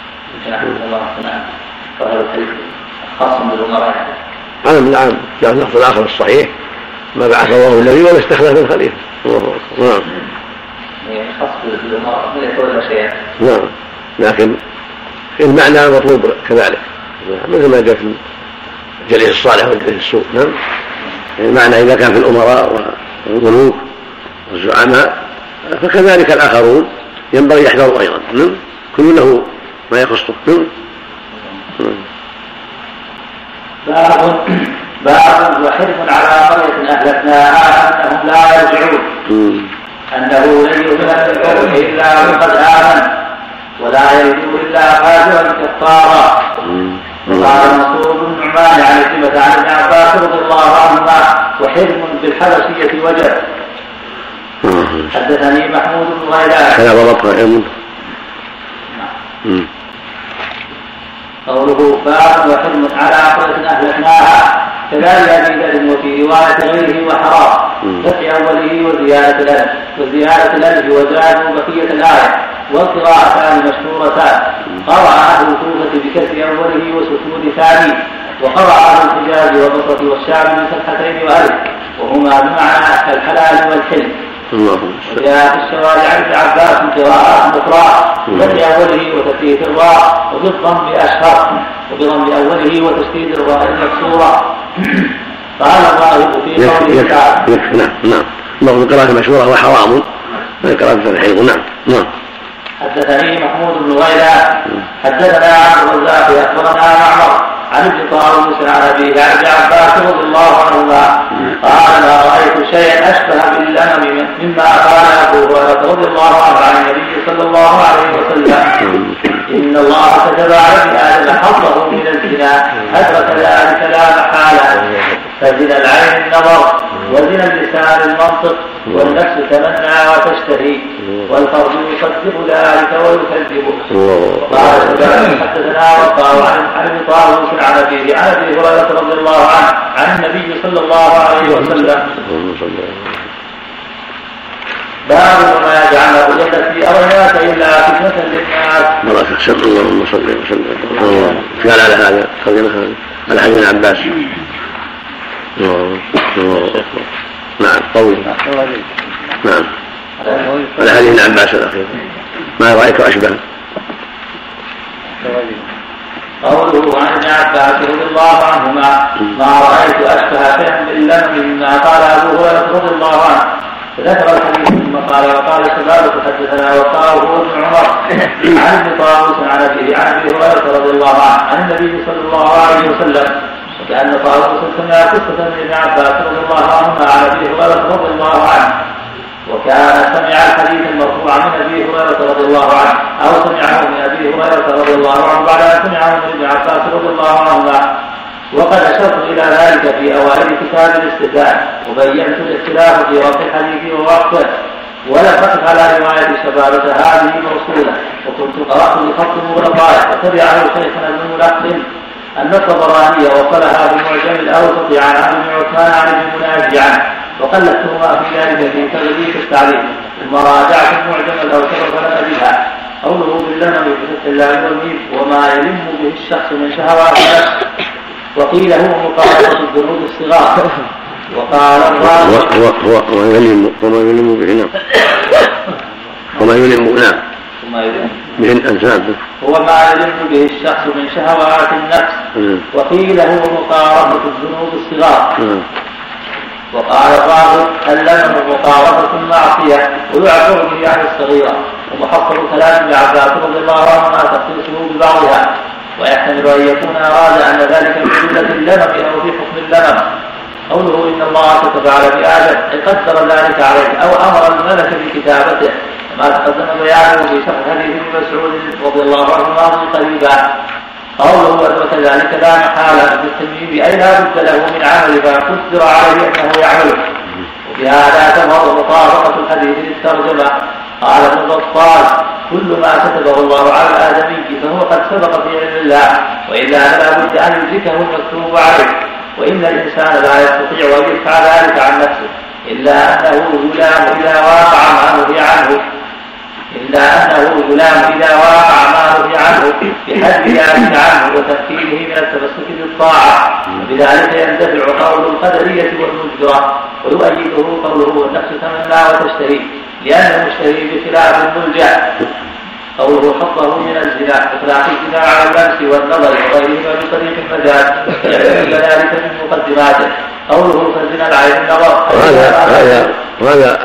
فهذا الحديث خاص بالأمراء. نعم جاء النص الآخر الصحيح ما بعث الله النبي ولا استخلف الخليفة. نعم خاص بالأمراء من يقول شيئا. نعم لكن المعنى مطلوب كذلك مثل ما جاء في الجليس الصالح والجليس السوء. نعم المعنى إذا كان في الأمراء والملوك والزعماء فكذلك الآخرون ينبغي يحذروا أيضا. كل له ما يخصه. باب وحرص على قرية أهلكناها أنهم لا يرجعون أنه لن يؤمن بالقوم إلا من قد آمن ولا يجوز إلا فاجرا كفارا. وقال منصور بن نعمان عن كلمة عن ابن عباس رضي الله عنهما وحرم بالحبشية وجه. حدثني محمود بن غيلان هذا ضبطها قوله باب وحرم على قرية أهلكناها كذلك أبي ذر وفي رواية غيره وحرام فتح أوله وزيادة الألف وزادوا بقية الآية والقراءتان مشهورتان. قرأ أهل الكوفة بكسر أوله وسكون ثاني وقرأ أهل الحجاز والبصرة والشام بفتحتين وألف وهما بمعنى الحلال والحلم. وجاء في الشوارع عن ابن عباس قراءات أخرى فتح أوله وتثبيت الراء وبالضم أشهر وبضم أوله وتشديد الراء المكسورة. قال الراغب في قوله تعالى نعم بعض القراءات المشهورة وحرام القراءة الحلم. نعم حدثني محمود بن غيلان حدثنا عن الرزاق أخبرنا معمر عن ابن طاووس عن أبيه عن ابن عباس رضي الله عنهما قال ما رأيت شيئا أشبه باللمم مما قال أبو هريرة رضي الله عنه عن النبي صلى الله عليه وسلم إن الله كتب على ابن آدم حظه من الزنا أدرك ذلك لا محالة. فزنا العين النظر وزنا اللسان المنطق والنفس تمنى وتشتهي والفرج يصدق ذلك ويكذبه. قال حدثنا وقال عن ابن طاووس عن أبي هريرة رضي الله عنه عن النبي صلى الله عليه وسلم باب ما يجعل الرؤية في أريات إلا فتنة للناس. بارك أحسن اللهم صل وسلم. قال على هذا على حديث ابن عباس. نعم طول. نعم على حديث ابن عباس الأخير ما رأيك أشبه. قوله عن ابن عباس رضي الله عنهما ما رأيت أشبه شيئا باللمم مما قال أبو هريرة رضي الله عنه. فذكر الحديث ثم قال وقال الشباب حدثنا وقال ابن عمر عن ابن طاووس عن ابي هريره رضي الله عنه عن النبي صلى الله عليه وسلم. وكأن طاووس سمع قصة من ابن عباس رضي الله عنهما عن ابي هريره رضي الله عنه وكان سمع الحديث المرفوع من ابي هريره رضي الله عنه او سمعه من ابي هريره رضي الله عنه بعد ان سمعه من ابن عباس رضي الله عنهما. وقد أشرت إلى ذلك في أوائل كتاب الاستدلال وبينت الاختلاف في وقت الحديث ووقته ولم أقف على رواية شبابة هذه موصولة. وكنت قرأت بخط مغلقات وتبعه شيخنا ابن ملقن أن الطبراني وصلها بالمعجم الأوسط عن عبد بن عثمان عن ابن مناجي عنه وقلدتهما في ذلك في تغليف التعليم ثم راجعت المعجم الأوسط فلم أجدها. قوله باللمم بفتح الله والميم وما يلم به الشخص من شهوات النفس وقيل هو مقارنة الذنوب الصغار. وقال وما يلم به نعم وما يلم نعم به الأنساب هو ما يلم به الشخص من شهوات النفس وقيل هو مقارنة الذنوب الصغار. وقال الراغب اللمم مقارنة المعصية ويعبر به عن الصغيرة. ومحصل كلام ابن عباس رضي الله عنهما تخصيصه ببعضها ويحتمل أن يكون أراد أن ذلك في جملة اللمم أو في حكم اللمم. قوله إن الله كتب على ابن آدم قدر ذلك عليه أو أمر الملك بكتابته كما تقدم بيانه في شرح حديث ابن مسعود رضي الله عنه ماضي قريبا. قوله وكذلك لا محالة بالتنوين أي لا بد له من عمل ما قدر عليه أنه يعمله. وبهذا تظهر مطابقة الحديث للترجمة. قال ابن بطال كل ما كتبه الله على الآدمي فهو قد سبق في علم الله وإلا لا بد أن يدركه المكتوب عليه. وإن الإنسان لا يستطيع أن يدفع ذلك عن نفسه إلا أنه يلام إذا واقع ما نهي عنه. إلا أنه يلام إذا وقع ما نهي عنه بحد ذلك عنه وتفكيره من التمسك بالطاعة، وبذلك يندفع قول القدرية والمجبرة، ويؤيده قوله والنفس تمنى وتشتهي، لأن المشتهي بخلاف الملجأ قوله حظه من الزنا، إطلاق الزنا على اللمس والنظر وغيرهما بطريق المجاز، يعتبر ذلك من مقدماته قوله فالزنا العين النظر. وهذا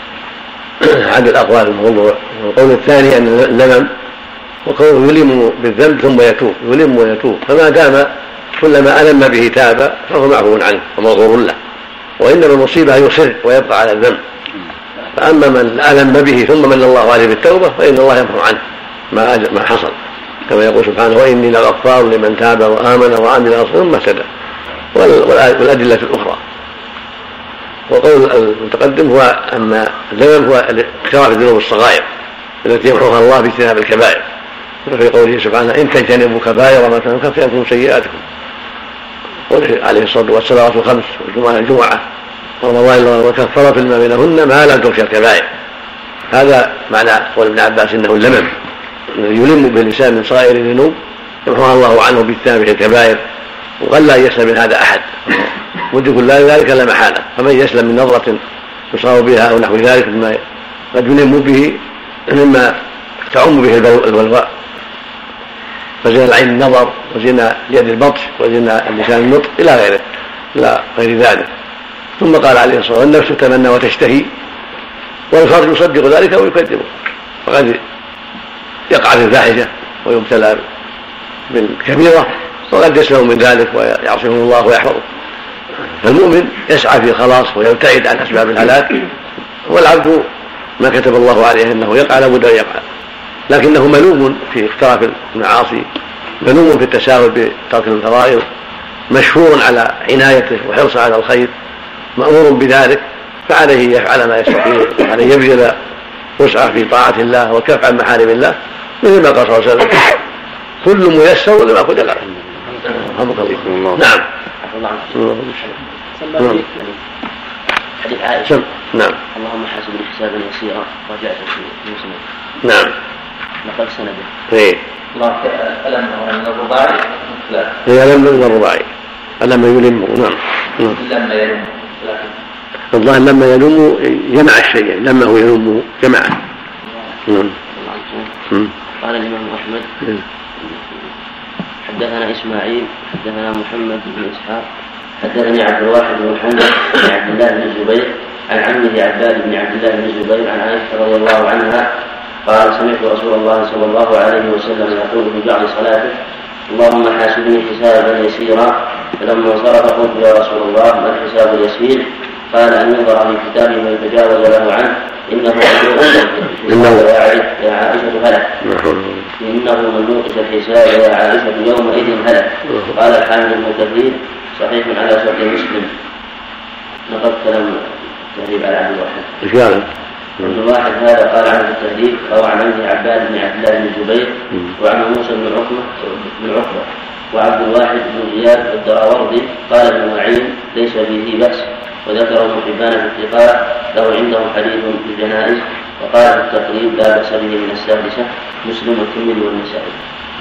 عدد الأقوال الموضوع. والقول الثاني أن اللمم وقوله يلم بالذنب ثم يتوب، يلم ويتوب، فما دام كلما ألم به تاب فهو معفو عنه ومغفور له، وإنما المصيبة يصر ويبقى على الذنب. فأما من ألم به ثم من الله عليه بالتوبة فإن الله يغفر عنه ما حصل، كما يقول سبحانه وإني لغفار لمن تاب وآمن وعمل ثم اهتدى، والأدلة الأخرى. وقول المتقدم هو أن الذنب هو اقتراف الذنوب الصغائر التي يمحوها الله باجتناب الكبائر، وفي قوله سبحانه إن تجتنبوا كبائر ما تنكفر عنكم سيئاتكم، قوله عليه الصلاة والسلام الخمس والجمعة ورمضان وكفر فيما بينهن ما لم تغش الكبائر. هذا معنى قول ابن عباس إنه اللمم يلم باللسان من صغائر الذنوب يمحوها الله عنه باجتناب الكبائر، وقال لا يسلم من هذا أحد، وجه كل ذلك لا محالة. فمن يسلم من نظرة يصاب بها أو نحو ذلك مما قد يلم به مما تعم به البلواء، فزنا العين النظر، وزنا اليد البطش، وزنا اللسان النطق إلى غيره لا غير ذلك. ثم قال عليه الصلاة والسلام النفس تمنى وتشتهي، والفرج يصدق ذلك ويكذبه، فقد يقع في الفاحشة ويبتلى بالكبيرة، وقد يسلم من ذلك ويعصمه الله ويحفظه. فالمؤمن يسعى في الخلاص ويبتعد عن أسباب الهلاك، والعبد ما كتب الله عليه أنه يقع لابد أن يقع، لكنه ملوم في اقتراف المعاصي، ملوم في التساهل بترك الفرائض، مشهور على عنايته وحرصه على الخير، مأمور بذلك، فعليه يفعل ما يستطيع، عليه يبذل وسعه في طاعة الله والكف عن محارم الله، مثل ما قال صلى الله عليه وسلم كل ميسر لما خلق له. نعم. حديث عائشة نعم. اللهم حاسبني حسابا يسيرا رجعت في مسلم. نعم. نقل سنده. ايه. الله ألم من الرباعي. هي ألم من الرباعي. ألم يلم. نعم. لما يلم. الله لما يلم جمع الشيء، لما هو يلم جمعه. نعم. قال الإمام أحمد حدثنا إسماعيل حدثنا محمد بن إسحاق حدثني عبد الواحد بن محمد بن عبد الله بن الزبير عن عمه عباد بن عبد الله بن الزبير عن عائشة رضي الله عنها قال سمعت رسول الله صلى الله عليه وسلم يقول في بعض صلاته اللهم حاسبني حسابا يسيرا، فلما انصرف قلت يا رسول الله ما الحساب اليسير؟ قال أن ينظر في كتابه ويتجاوز له عنه إنه يا عائشة هلك، إنه من نوقش الحساب يا عائشة يومئذ هلك. قال الحامل بن كثير صحيح على شرط مسلم. لقد كلام التهذيب على عبد الواحد. عبد الواحد هذا قال عنه التهذيب أو عن عمه عباد بن عبد الله بن الزبير وعن موسى بن عقبة وعبد الواحد بن زياد الدراوردي. قال ابن معين ليس به بأس، وذكر ابن حبان في الاتقاء له عندهم حديث في الجنائز، وقال في التقريب لا بأس به من السادسة مسلم والترمذي والنسائي.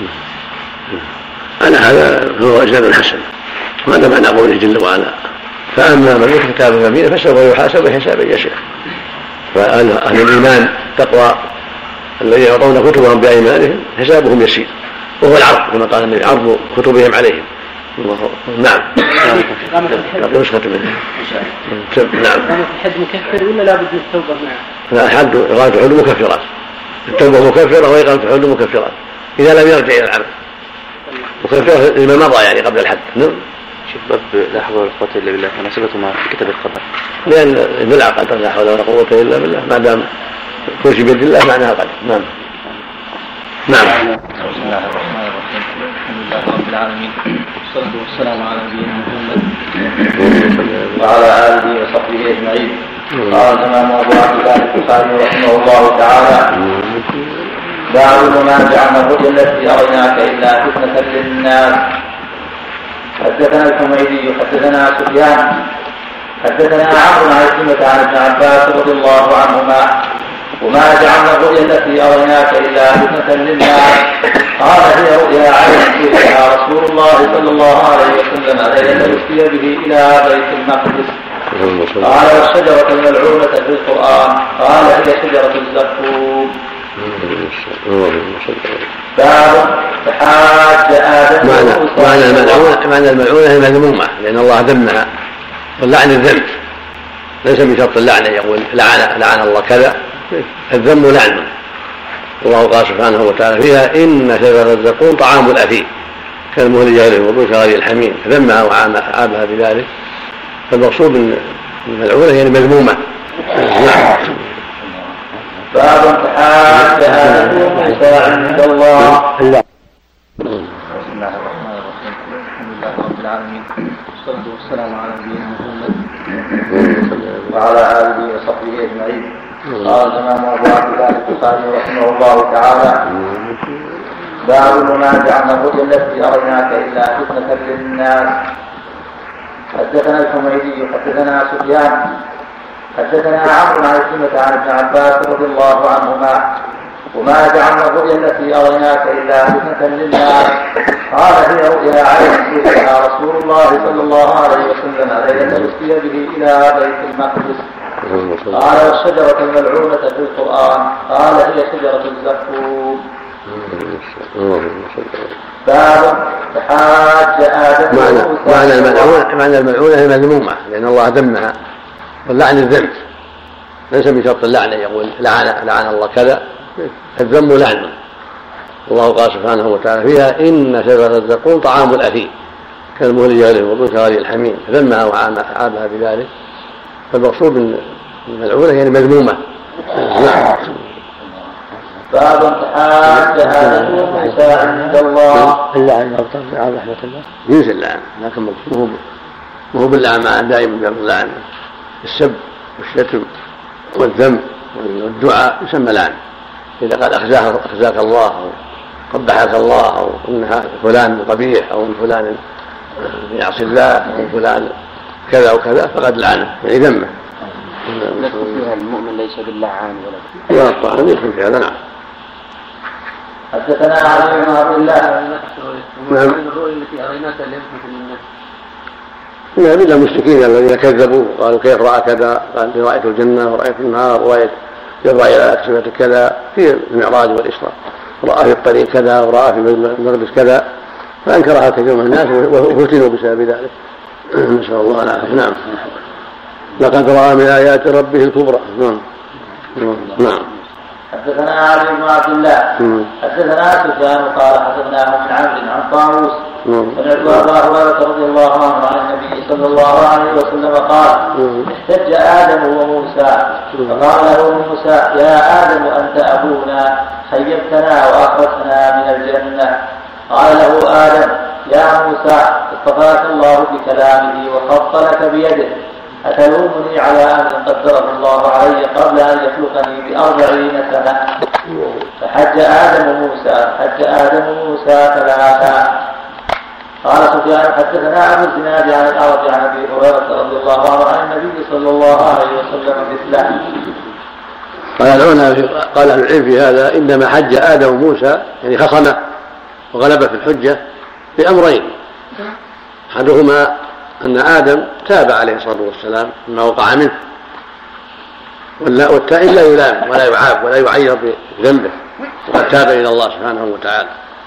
على هذا هو إسناد حسن، وهذا معنى قوله جل وعلا فأما من يؤتى كتابه بيمينه فسوف يحاسب حسابا يسيرا. فأهل الإيمان تقوى الذين يعطون كتبهم بأيمانهم حسابهم يسير، وهو العرض كما قال النبي عرض كتبهم عليهم. نعم. نسخة منه. نعم. الحد مكفر ولا لابد من التوبة معه؟ لا، الحد إقامة الحدود مكفرات، التوبة مكفرة وإقامة الحدود مكفرات إذا لم يرجع إلى العمل، مكفرة لما مضى يعني قبل الحد. نعم. شوف باب لا حول ولا قوة إلا بالله مناسبته مع كتاب القدر، لأن بالعقد لا حول ولا قوة إلا بالله ما دام كل شيء بيد الله معناها قدر. نعم. نعم. بسم الله الرحمن الرحيم. الحمد لله رب العالمين، والصلاة والسلام على نبينا محمد وعلى آله وصحبه أجمعين. قال الإمام أبو عبد الله البخاري رحمه الله تعالى باب ما جعلنا الرؤيا التي أريناك إلا فتنة للناس. حدثنا الحميدي حدثنا سفيان حدثنا عمرو عن عن ابن عباس رضي الله عنهما وما جعلنا الرؤيا التي أريناك إلا فتنة للناس قال هي رؤيا عين فيها رسول الله صلى الله عليه وسلم ليلة أسري به إلى بيت المقدس. قال والشجرة الملعونة في القرآن قال هي شجرة الزقوم. باب تحاج آدم معنى الملعونة هي مذمومة لأن الله ذمها، واللعن الذنب ليس من شرط اللعنة يقول لعن الله كذا، الذم لعن. الله قال سبحانه وتعالى فيها إن شجرة الزقوم طعام الأثيم كالمهل يغلي الوضوء كغلي الحميم، فذمها وعابها بذلك. فالمقصود من الملعونة هي مذمومة. باب امتحان شهادة موسى عند الله. بسم الله الرحمن الرحيم. الحمد لله رب العالمين، والصلاة والسلام على نبينا محمد وعلى آله وصحبه أجمعين. قال الإمام أبو عبد الله البخاري رحمه الله تعالى: باب ما جعلنا الرؤيا التي أريناك إلا فتنة للناس. حدثنا الحميدي حدثنا سفيان حدثنا عمرو عن عكرمة عن ابن عباس رضي الله عنهما: وما جعلنا الرؤيا التي أريناك إلا فتنة للناس قال هي رؤيا عين فيها رسول الله صلى الله عليه وسلم ليلة أسري به إلى بيت المقدس. قال والشجرة الملعونة في القرآن قال هي شجرة الزقوم. باب تحاج آدم. معنى الملعونة هي مذمومة لأن الله ذمها، واللعن الذنب ليس من شرط اللعنة يقول لعن الله كذا، الذم لعن. الله قال سبحانه وتعالى فيها إن شجرة الزقوم طعام الأثيم كالمهل يغلي الوضوء كغلي الحميم، فذمها وعابها بذلك. فالمقصود من الملعونة هي مذمومة. باب امتحان شهادة موسى عند الله. اللعن يرتضي عن رحمة الله ينزل اللعن، لكن مو باللعن مع دائما اللعن. السب والشتم والذم والدعاء يسمى لعن. إذا قال أخزاك الله أو قبحك الله أو إن فلان قبيح أو إن فلان يعصي الله أو فلان كذا وكذا فقد لعنه، يعني ذمه. لكن فيها المؤمن ليس باللعان ولا الطعن يدخل في هذا. نعم. حدثنا علي بن عبد الله. نعم. الرؤيا التي أريناك ليفتنة للناس. نعم، إلا المشركين الذين كذبوا قالوا كيف رأى كذا، قال رأيت الجنة ورأيت النار ورأيت يرى إلى أكسبة كذا في المعراج والإسراء، رأى في الطريق كذا ورأى في المقدس كذا، فأنكرها كثير من الناس وفتنوا بسبب ذلك. نسأل الله العافية. نعم. لقد رأى من آيات ربه الكبرى. نعم. حدثنا علي بن عبد الله. حدثنا سفيان قال حدثنا من عمرو عن طاووس سمعت أبا هريرة رضي الله عنه عن النبي صلى الله عليه وسلم قال: احتج آدم وموسى فقال له موسى: يا آدم أنت أبونا خيبتنا وأخرجتنا من الجنة. قال له آدم: يا موسى اصطفاك الله بكلامه وخط لك بيده، أتلومني على أمر قدره الله علي قبل أن يخلقني ب40 سنة؟ فحج آدم موسى ثلاثا. قال سفيان حدثنا أبو الزناد عن الأعرج عن أبي هريرة رضي الله عنه عن النبي صلى الله عليه وسلم مثله. قال أهل العلم في هذا إنما حج آدم وموسى يعني خصمه وغلب في الحجة بأمرين: أحدهما أن آدم تاب عليه الصلاة والسلام مما وقع منه، والتائب لا يلام ولا يعاب ولا يعير بذنبه وقد تاب إلى الله سبحانه وتعالى.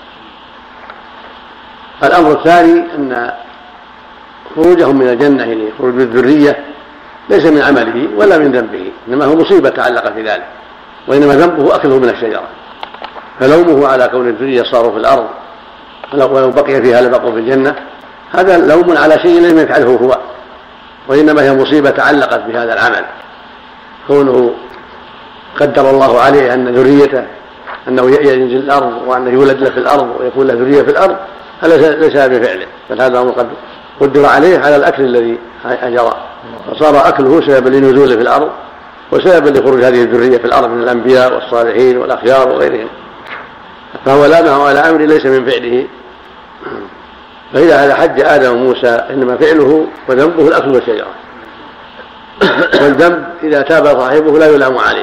الأمر الثاني أن خروجهم من الجنة يعني خروج بالذرية ليس من عمله ولا من ذنبه، إنما هو مصيبة تعلق في ذلك، وإنما ذنبه أكله من الشجرة. فلومه على كون الذرية صاروا في الأرض ولو بقي فيها لبقوا في الجنة، هذا لوم على شيء لم يفعله هو، وإنما هي مصيبة تعلقت بهذا العمل، كونه قدر الله عليه أن ذريته أنه ينزل الأرض وأنه يولد له في الأرض ويكون له ذرية في الأرض، هذا ليس بفعله، بل هذا قد قدر عليه على الأكل الذي أجرى، فصار أكله سببا لنزوله في الأرض وسببا لخروج هذه الذرية في الأرض من الأنبياء والصالحين والأخيار وغيرهم، فهو لامه على أمر ليس من فعله. فإذا هذا حج آدم وموسى إنما فعله وذنبه الأكل والشجرة، والذنب إذا تاب صاحبه لا يلام عليه،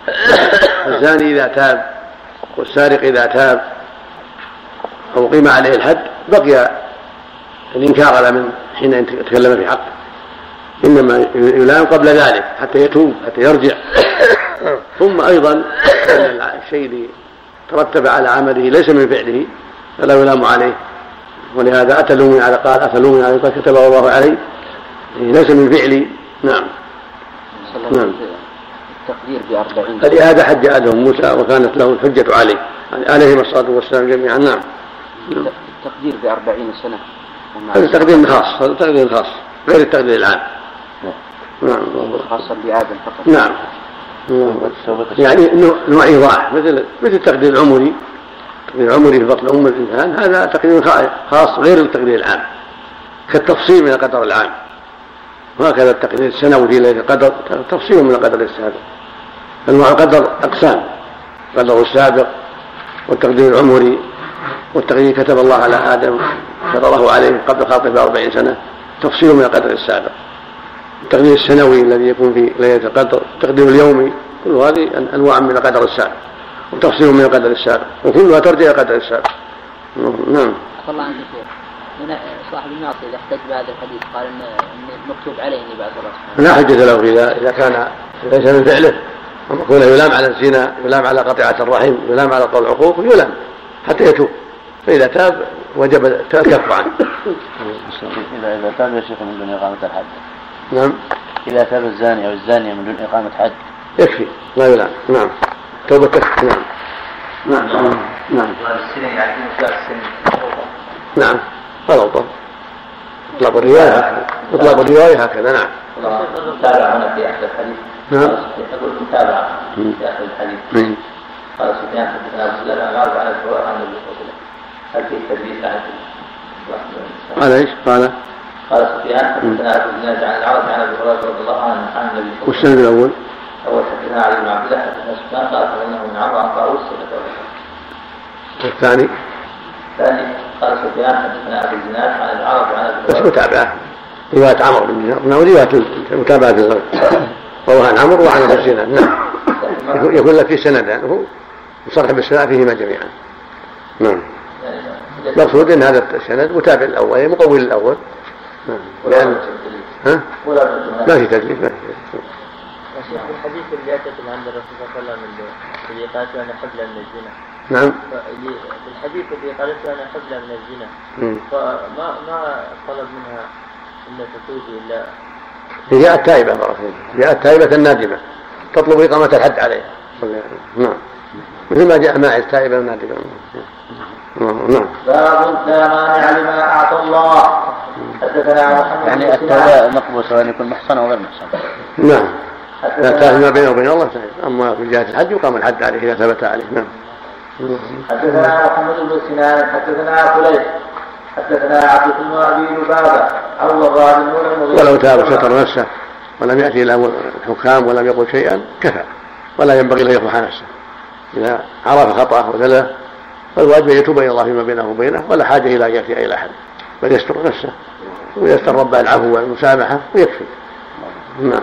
الزاني إذا تاب والسارق إذا تاب أو قيم عليه الحد بقي الإنكار على من حين تكلم في حقه، إنما يلام قبل ذلك حتى يتوب حتى يرجع. ثم أيضا الشيء اللي ترتب على عمله ليس من فعله فلا يلام عليه، ولهذا أتلومي على قال أتلومي على قال كتبه الله عليه ليس من فعلي. نعم. نعم. التقدير ب40 فلهذا حج آدم موسى وكانت له الحجة عليه عليهم الصلاة والسلام جميعا. نعم. التقدير ب40 سنة هذا تقدير خاص، هذا تقدير خاص غير التقدير العام. نعم. خاصا بآدم فقط. نعم. يعني نوع إيضاح مثل التقدير العمري، التقدير العمري في بطن أم الإنسان هذا تقدير خاص غير التقدير العام كالتفصيل من القدر العام، وهكذا التقدير السنوي في ليلة القدر تفصيل من القدر السابق. أنواع القدر أقسام: القدر السابق والتقدير العمري والتقدير كتب الله على آدم فطره عليه قبل خلقه ب40 سنة تفصيل من القدر السابق. التقدير السنوي الذي يكون في ليلة القدر، التقدير اليومي، كل هذه أنواع من القدر السابق وتفصيل من القدر السابق وكلها ترجع إلى القدر السابق. نعم. الله عنك هنا صاحب الناصر إذا احتج بهذا الحديث قال إن مكتوب عليه إني بعث الله لا حجة له إذا كان ليس من فعله، أما كونه يلام على الزنا، يلام على قطيعة الرحم، يلام على قول العقوق، يلام حتى يتوب، فإذا تاب وجب الكف عنه. إذا تاب يا شيخ من دون إقامة الحد. نعم. إذا تاب الزاني أو الزانية من دون إقامة حد يكفي لا يلام. نعم. توبة تكفي. نعم. نعم. نعم. نعم. غلطة. اطلاق الرواية هكذا. نعم. متابعة هنا في أحد الحديث. نعم. يقول متابعة في أحد الحديث. قال سفيان حدثنا أبو سلمة قال عن الزهري عن النبي صلى الله عليه وسلم. هل في تدليس قال ايش؟ قال سفيان حدثنا أبو سلمة عن الأعرج عن أبي هريرة رضي الله عنه عن النبي صلى الله عليه وسلم. والسند الأول حدثنا علي بن عبد الله حدثنا سفيان قال فإنه من عمرو عن طاووس. والثاني قال سفيان حدثنا أبو الزناد عن الأعرج عن أبي هريرة. بس متابعة رواية عمرو بن دينار ورواية متابعة الغرب رواه عن عمرو وعن أبي الزناد. نعم. يكون لك في سند هو مصرح بالسند فيهما جميعا. نعم. مقصود ان هذا السند متابع الاول مقوي الاول. لان ما في تدليس. شيخ الحديث اللي اتت عند الرسول صلى الله عليه وسلم اللي قالت انا حبلى من الزنا. نعم. الحديث اللي قالت انا حبلى من الزنا فما طلب منها ان تتوب الا جاءت تائبه جاءت تائبه النادمه تطلب اقامه الحد عليها. نعم. مثل ما جاء ماعز تائبه النادمه. نعم. باب لا مانع لما اعطى الله. حدثنا محمد يعني التوبه مقبول سواء يكون محصن او غير محصن. نعم. لا تاهل ما بينه وبين الله تعالى. اما في جهه الحج يقام الحد عليه اذا ثبت عليه. نعم. حدثنا محمد بن سنان حدثنا فليح حدثنا عبد بن ابي لبابه عن وغاد ولو تاب ستر نفسه ولم ياتي الى الحكام ولم يقل شيئا كفى، ولا ينبغي له يفضح نفسه. اذا عرف خطاه وزله فالواجب ان يتوب الى الله فيما بينه وبينه، ولا حاجه الى ان ياتي الى احد، بل يستر نفسه ويستر رب العفو والمسامحه ويكفي. نعم.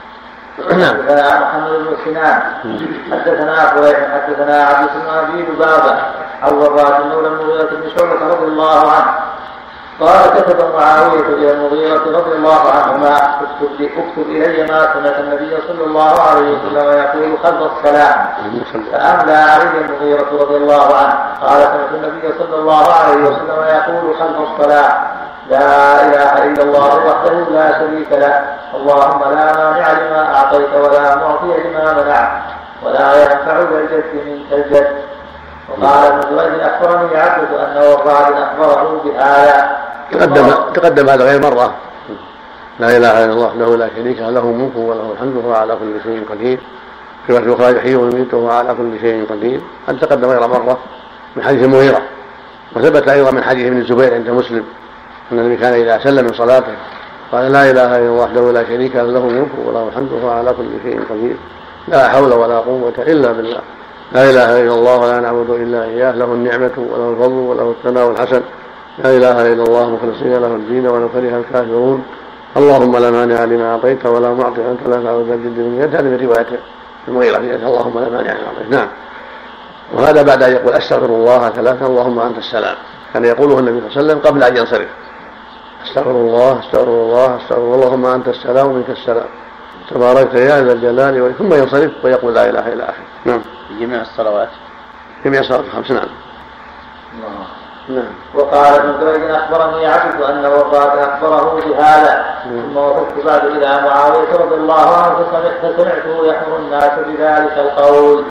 حدثنا محمد بن سنان حدثنا فليح حدثنا عبد بن ابي لبابه عن وغاد مولى المغيرة بن شعبة رضي الله عنه قال كتب معاوية إلى المغيرة رضي الله عنهما اكتب إلي ما سنة النبي صلى الله عليه وسلم يقول خلف الصلاة. فأملى علي المغيرة رضي الله عنه قال سنة النبي صلى الله عليه وسلم يقول خلف الصلاة لا إله إلا الله وحده لا شريك له اللهم لا مانع لما أعطيت ولا معطي لما منعت ولا ينفع ذا الجد منك الجد. وقال ابن جريج أخبرني عبد أن وغاد أخبره بآية. تقدم هذا غير مرة. لا إله إلا الله له لا شريك له ملك وله الحمد وهو على كل شيء قدير. في رواية أخرى يحيي ويميت وهو على كل شيء قدير. هذا تقدم غير مرة من حديث المغيرة، وثبت أيضا من حديث ابن الزبير عند مسلم أن النبي كان إذا سلم من صلاته قال لا إله إلا الله وحده لا شريك له ملك وله الحمد وهو على كل شيء قدير لا حول ولا قوة إلا بالله لا إله إلا الله ولا نعبد إلا إياه له النعمة وله الفضل وله الثناء الحسن لا إله إلا الله مخلصين له الدين ولو كره الكافرون اللهم لا مانع لما أعطيت ولا معطي أنت لا تعود الجد من يد. هذه من رواية المغيرة اللهم لا مانع لما أعطيت. نعم. وهذا بعد أن يقول أستغفر الله 3 اللهم أنت السلام، كان يقوله النبي صلى الله عليه وسلم قبل أن ينصرف. أستغفر الله أستغفر الله أستغفر الله اللهم أنت السلام ومنك السلام تباركت يا ذا الجلال، ثم ينصرف ويقول لا إله إلا آخره. نعم. في جميع الصلوات. جميع الصلوات 5. نعم. نعم. وقال ابن جريج أخبرني عبد أن وفاة أخبره بهذا، ثم وفدت بعد إلى معاوية رضي الله عنه فسمعته يحمر الناس بذلك القول.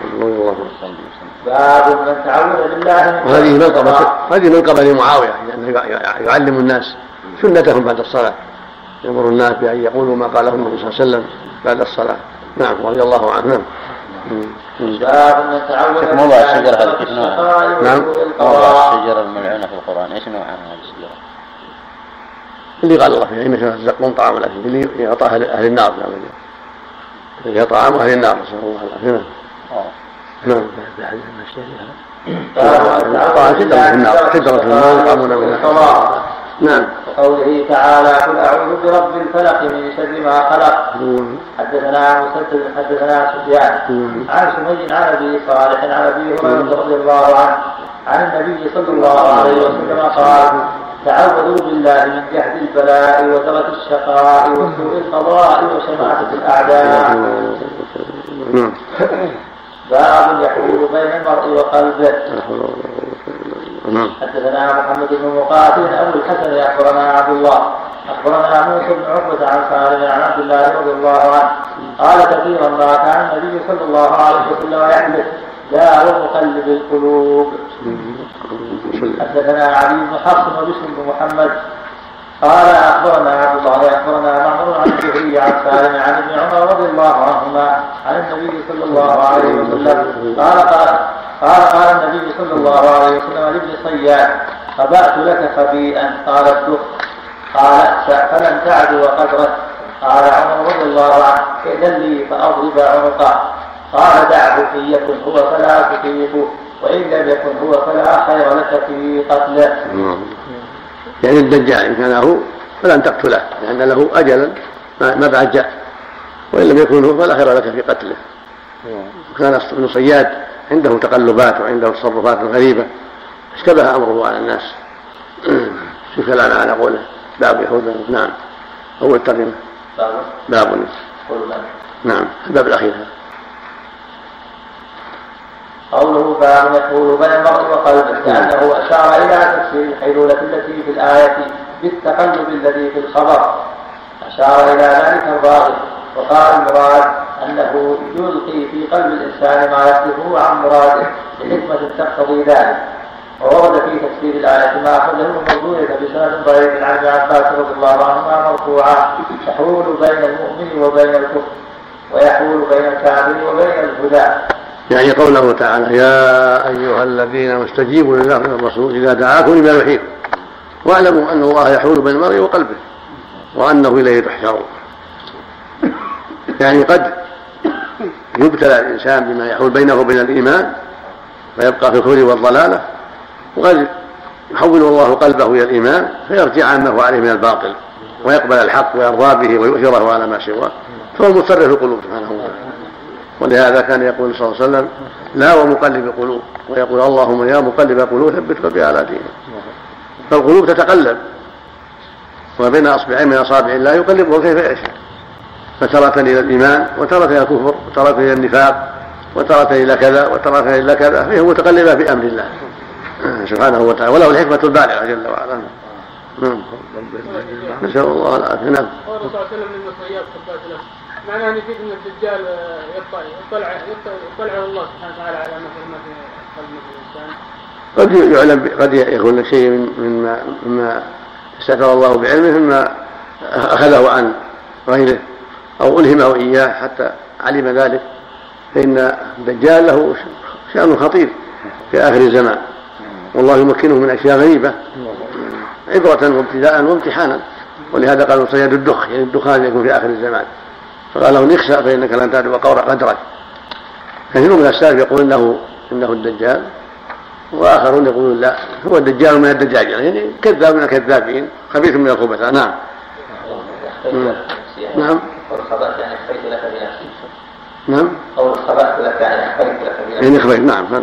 باب من تعوذ بالله. هذه منقبة لمعاوية يعني يعلم الناس سنتهم بعد الصلاة، يأمر الناس بأن يقولوا ما قاله النبي صلى الله عليه وسلم بعد الصلاة. نعم رضي الله عنه. نعم. باب من تعوذ موضع الشجرة هذه كيف نوعها؟ نعم. موضع الشجرة الملعونة في القرآن ايش نوعها هذه الشجرة؟ اللي قال الله فيها مثل الزقوم طعام الأكل اللي يعطى أهل النار، هي طعام أهل النار نسأل الله العافية. نعم. شجرة الموت طعامنا من النار. نعم. قوله تعالى قل أعوذ برب الفلق من شر ما خلق. حدثنا مسدد حدثنا سفيان عن سمي عن أبي صالح عن أبي هريرة رضي الله عنه عن النبي صلى الله عليه وسلم قال تعوذوا بالله من جهد البلاء ودرك الشقاء وسوء القضاء وشماتة الأعداء. باب يحول بين المرء وقلبه. حدثنا محمد بن مقاتل أبو الحسن أخبرنا عبد الله أخبرنا موسى بن عقبة عن سالم عن عبد الله رضي الله عنه قال كثيرا ما كان النبي صلى الله عليه وسلم يحدث لا ومقلب القلوب. حدثنا علي بن حفص وبشر بن محمد قال أخبرنا عبد الله أخبرنا معمر عن الزهري عن سالم عن ابن عمر رضي الله عنهما عن النبي صلى الله عليه وسلم قال النبي صلى الله عليه وسلم لابن صياد خبأت لك خبيئا قال الدخ قال فلم تعد وقدرت. قال عمر رضي الله عنه إذن لي فأضرب عنقه. قال دعه في يكن هو فلا تطيقه وإن لم يكن هو فلا خير لك في قتله. يعني الدجال إن كان هو فلن تقتله لأن له أجلا ما بعد جاء، وإن لم يكن هو فلا خير لك في قتله. وكان ابن صياد عنده تقلبات وعنده تصرفات غريبة اشتبه أمره على الناس. شوف لنا على قوله باب يهود. نعم. هو الترجمة باب. نعم. الباب الأخير قوله باب يحول بين المرء وقلبه لأنه أشار إلى تفسير الحيلولة التي في الآية بالتقلب الذي في الخبر، أشار إلى ذلك الراغب. وقال المراد أنه يلقي في قلب الإنسان ما يصرفه عن مراده لحكمة تقتضي ذلك. وورد في تفسير الآية ما أخذه الموضوعة بسند ضعيف عن ابن عباس رضي الله عنهما مرفوعا يحول بين المؤمن وبين الكفر ويحول بين الكافر وبين الهدى. يعني قوله تعالى يا أيها الذين استجيبوا لله والرسول إذا دعاكم لما يحييكم واعلموا أن الله يحول بين المرء وقلبه وأنه إليه تحشرون. يعني قد يبتلى الإنسان بما يحول بينه وبين الإيمان ويبقى في الكفر والضلالة، وقد يحول الله قلبه إلى الإيمان فيرجع عما هو عليه من الباطل ويقبل الحق ويرضى به ويؤثره على ما سواه، فهو مصرف القلوب سبحانه وتعالى. ولهذا كان يقول صلى الله عليه وسلم لا ومقلب القلوب، ويقول اللهم يا مقلب القلوب ثبت قلبي على دينك. فالقلوب تتقلب وبين أصبعين من أصابع الله يقلبه كيف يشاء، فترة إلى الإيمان وترة إلى الكفر وترة إلى النفاق وترة إلى كذا وترة إلى كذا، فهي متقلبة بأمر الله سبحانه وتعالى، وله الحكمة البالغة جل وعلا. نسأل الله العافية. نعم. قال صلى الله عليه وسلم للمصيات خبات له، معناه أن يفيد أن الدجال يطلع الله سبحانه وتعالى على ما في قلب الإنسان. قد يعلم، قد يكون شيء مما استأثر الله بعلمه مما أخذه عن غيره أو ألهمه إياه حتى علم ذلك، فإن الدجال له شأن خطير في آخر الزمان، والله يمكنه من أشياء غريبة عبرة وابتداء وامتحانا. ولهذا قالوا صياد الدخ، يعني الدخان يكون في آخر الزمان، فقال له نخسى فإنك لن تعد قدرك. كثير من السلف يقول إنه الدجال، وآخرون يقولون لا هو الدجال من الدجاج، يعني كذاب من الكذابين خبيث من الخبثاء. نعم. نعم. نعم. قول خبأت لك يعني أخبرت لك يعني أخبرت. نعم هذا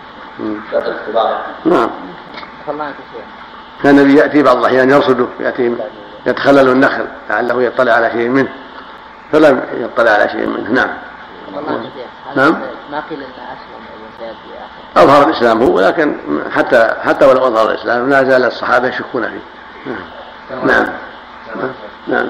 نعم. كان النبي يأتي بعض الأحيان يرصده، يأتي يتخلل النخل لعله يطلع على شيء منه فلم يطلع على شيء منه. نعم. نعم. ما قيل انه اسلم اظهر الاسلام هو، ولكن حتى ولو اظهر الاسلام لا زال الصحابه يشكون فيه. نعم. نعم.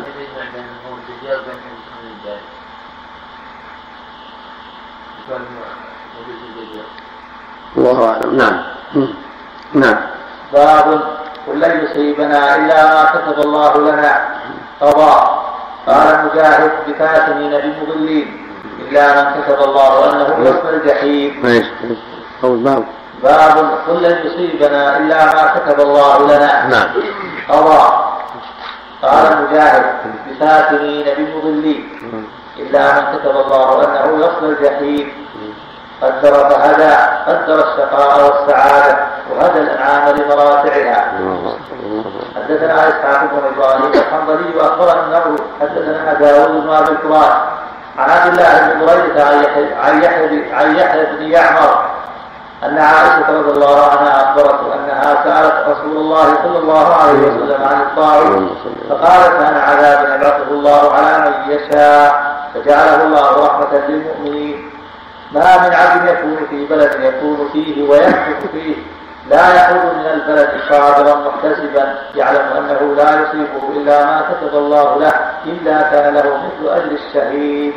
الله اعلم. نعم. نعم. باب قل لن يصيبنا الا ما كتب الله لنا قضاء. قال مجاهد بكاتمين بمضلين إلا من كتب الله أنه يصل الجحيم. باب قل لن يصيبنا إلا ما كتب الله لنا قضاء. قال مجاهد بكاتمين بمضلين إلا من كتب الله أنه يصل الجحيم. قدر فهدى، قدر الشقاء والسعادة وهدى الأنعام لمراتعها. حدثنا إسحاق بن إبراهيم الحنظلي وأخبرنا حدثنا داود بن أبي الفرات عن عبد الله بن بريدة عن يحيى بن يعمر أن عائشة رضي الله عنها أخبرته أنها سألت رسول الله صلى الله عليه وسلم عن الطاعون فقالت كان عذابا يبعثه الله على من يشاء فجعله الله رحمة للمؤمنين. ما من عبد يكون في بلد يكون فيه ويحدث فيه لا يخرج من البلد صابرا محتسبا يعلم أنه لا يصيبه إلا ما كتب الله له إلا كان له مثل أجر الشهيد.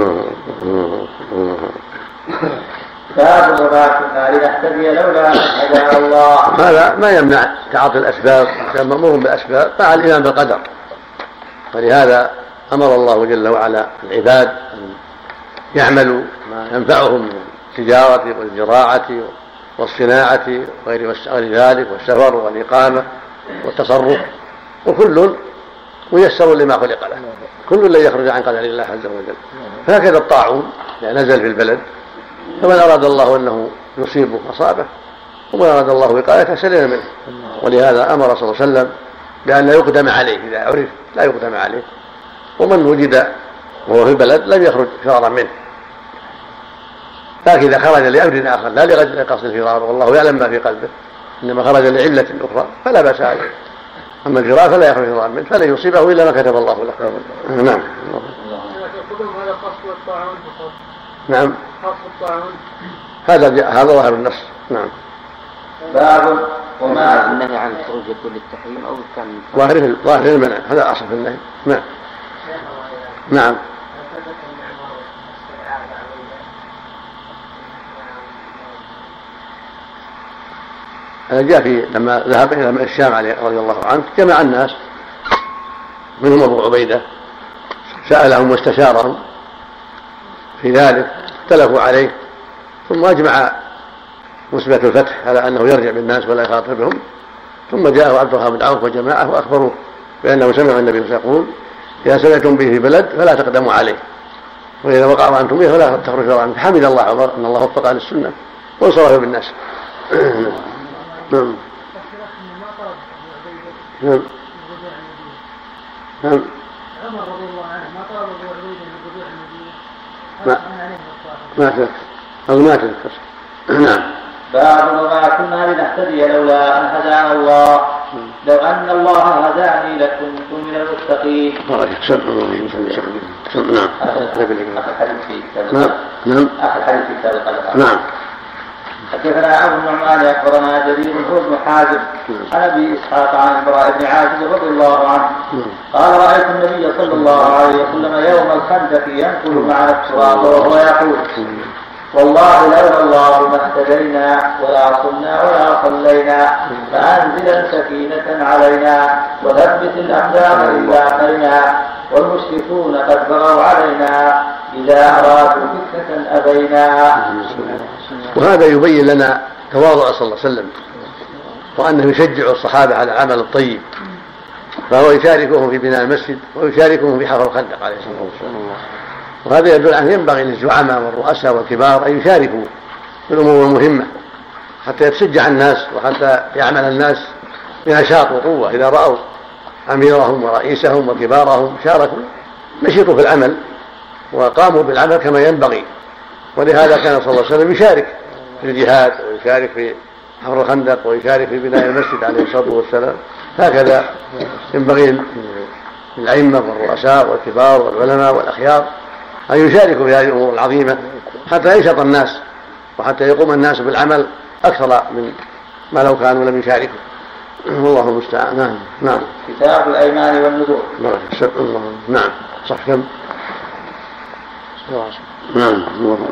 باب وما كنا لنهتدي لولا أن هدانا الله. هذا ما يمنع تعاطي الأسباب، كان مأمور بالأسباب مع الإيمان بالقدر، ولهذا أمر الله جل وعلا العباد أن يعملوا ما ينفعهم من التجارة والزراعة والصناعة وغير ذلك والسفر والإقامة والتصرف، وكل ميسر لما خلق له، كل لن يخرج عن قدر الله عز وجل. فهكذا الطاعون نزل في البلد، فمن أراد الله أنه يصيبه أصابه، ومن أراد الله وقايته سلم منه. ولهذا أمر صلى الله عليه وسلم بأن لا يقدم عليه، إذا عرف لا يقدم عليه، ومن وجد وهو في البلد لم يخرج فرارا منه، لكن إذا خرج لأمر آخر لا لقصد الفرار والله يعلم ما في قلبه، إنما خرج لعلة أخرى فلا بأس عليه. أما الفرار فلا يخرج فرارا منه فلن يصيبه إلا ما كتب الله له. نعم. نعم. هذا ظاهر النص. نعم. باب وما النهي عن الخروج يكون للتحريم أو كان ظاهر المنع، هذا أصل في النهي. نعم. نعم. جاء في لما ذهب إلى الشام عليه رضي الله عنه جمع الناس منهم أبو عبيدة سألهم واستشارهم في ذلك، اختلفوا عليه، ثم أجمع مسبة الفتح على أنه يرجع بالناس ولا يخاطر بهم. ثم جاءه عبد الرحمن بن عوف وجماعه وأخبروه بأنه سمع النبي يقول إذا سمعتم به في بلد فلا تقدموا عليه، وإذا وقع عنتم به فلا تخرجوا عنه. حمد الله عمر أن الله وفق أهل السنة وانصرف بالناس. نعم. نعم. نعم. عمر رضي الله عنه ما طلب أبو عبيدة من ربيع المدينة ما تذكر. نعم. باب وما كنا لنهتدي لولا أن هدانا الله لو أن الله هداني لكنت من المتقين. نعم. نعم. حدثنا عبد النعمان أخبرنا جرير هو بن حازم عن أبي إسحاق عن البراء بن عازب رضي الله عنه قال رأيت النبي صلى الله عليه وسلم يوم الخندق ينقل معنا التراب وهو يقول والله لولا الله ما اهتدينا ولا صمنا ولا صلينا فأنزلا سكينة علينا وثبت الأقدام إذا أخينا والمشركون قد بغوا علينا إذا أرادوا فتنة أبينا. وهذا يبين لنا تواضع صلى الله عليه وسلم وأنه يشجع الصحابة على العمل الطيب، فهو يشاركهم في بناء المسجد ويشاركهم في حفر الخندق عليه الصلاة والسلام. وهذا يدل أنه ينبغي للزعماء والرؤساء والكبار أن يشاركوا في الأمور المهمة حتى يتشجع الناس وحتى يعمل الناس بنشاط وقوة. إذا رأوا أميرهم ورئيسهم وكبارهم شاركوا نشطوا في العمل وقاموا بالعمل كما ينبغي ولهذا كان صلى الله عليه وسلم يشارك في الجهاد ويشارك في حفر الخندق ويشارك في بناء المسجد عليه الصلاة والسلام. هكذا ينبغي للأئمة والرؤساء والكبار والعلماء والأخيار أن يشاركوا في هذه الأمور العظيمة حتى ينشط الناس وحتى يقوم الناس بالعمل أكثر من ما لو كانوا لم يشاركوا. والله المستعان. نعم. كتاب الأيمان والنذور. نعم. صح كم؟ نعم.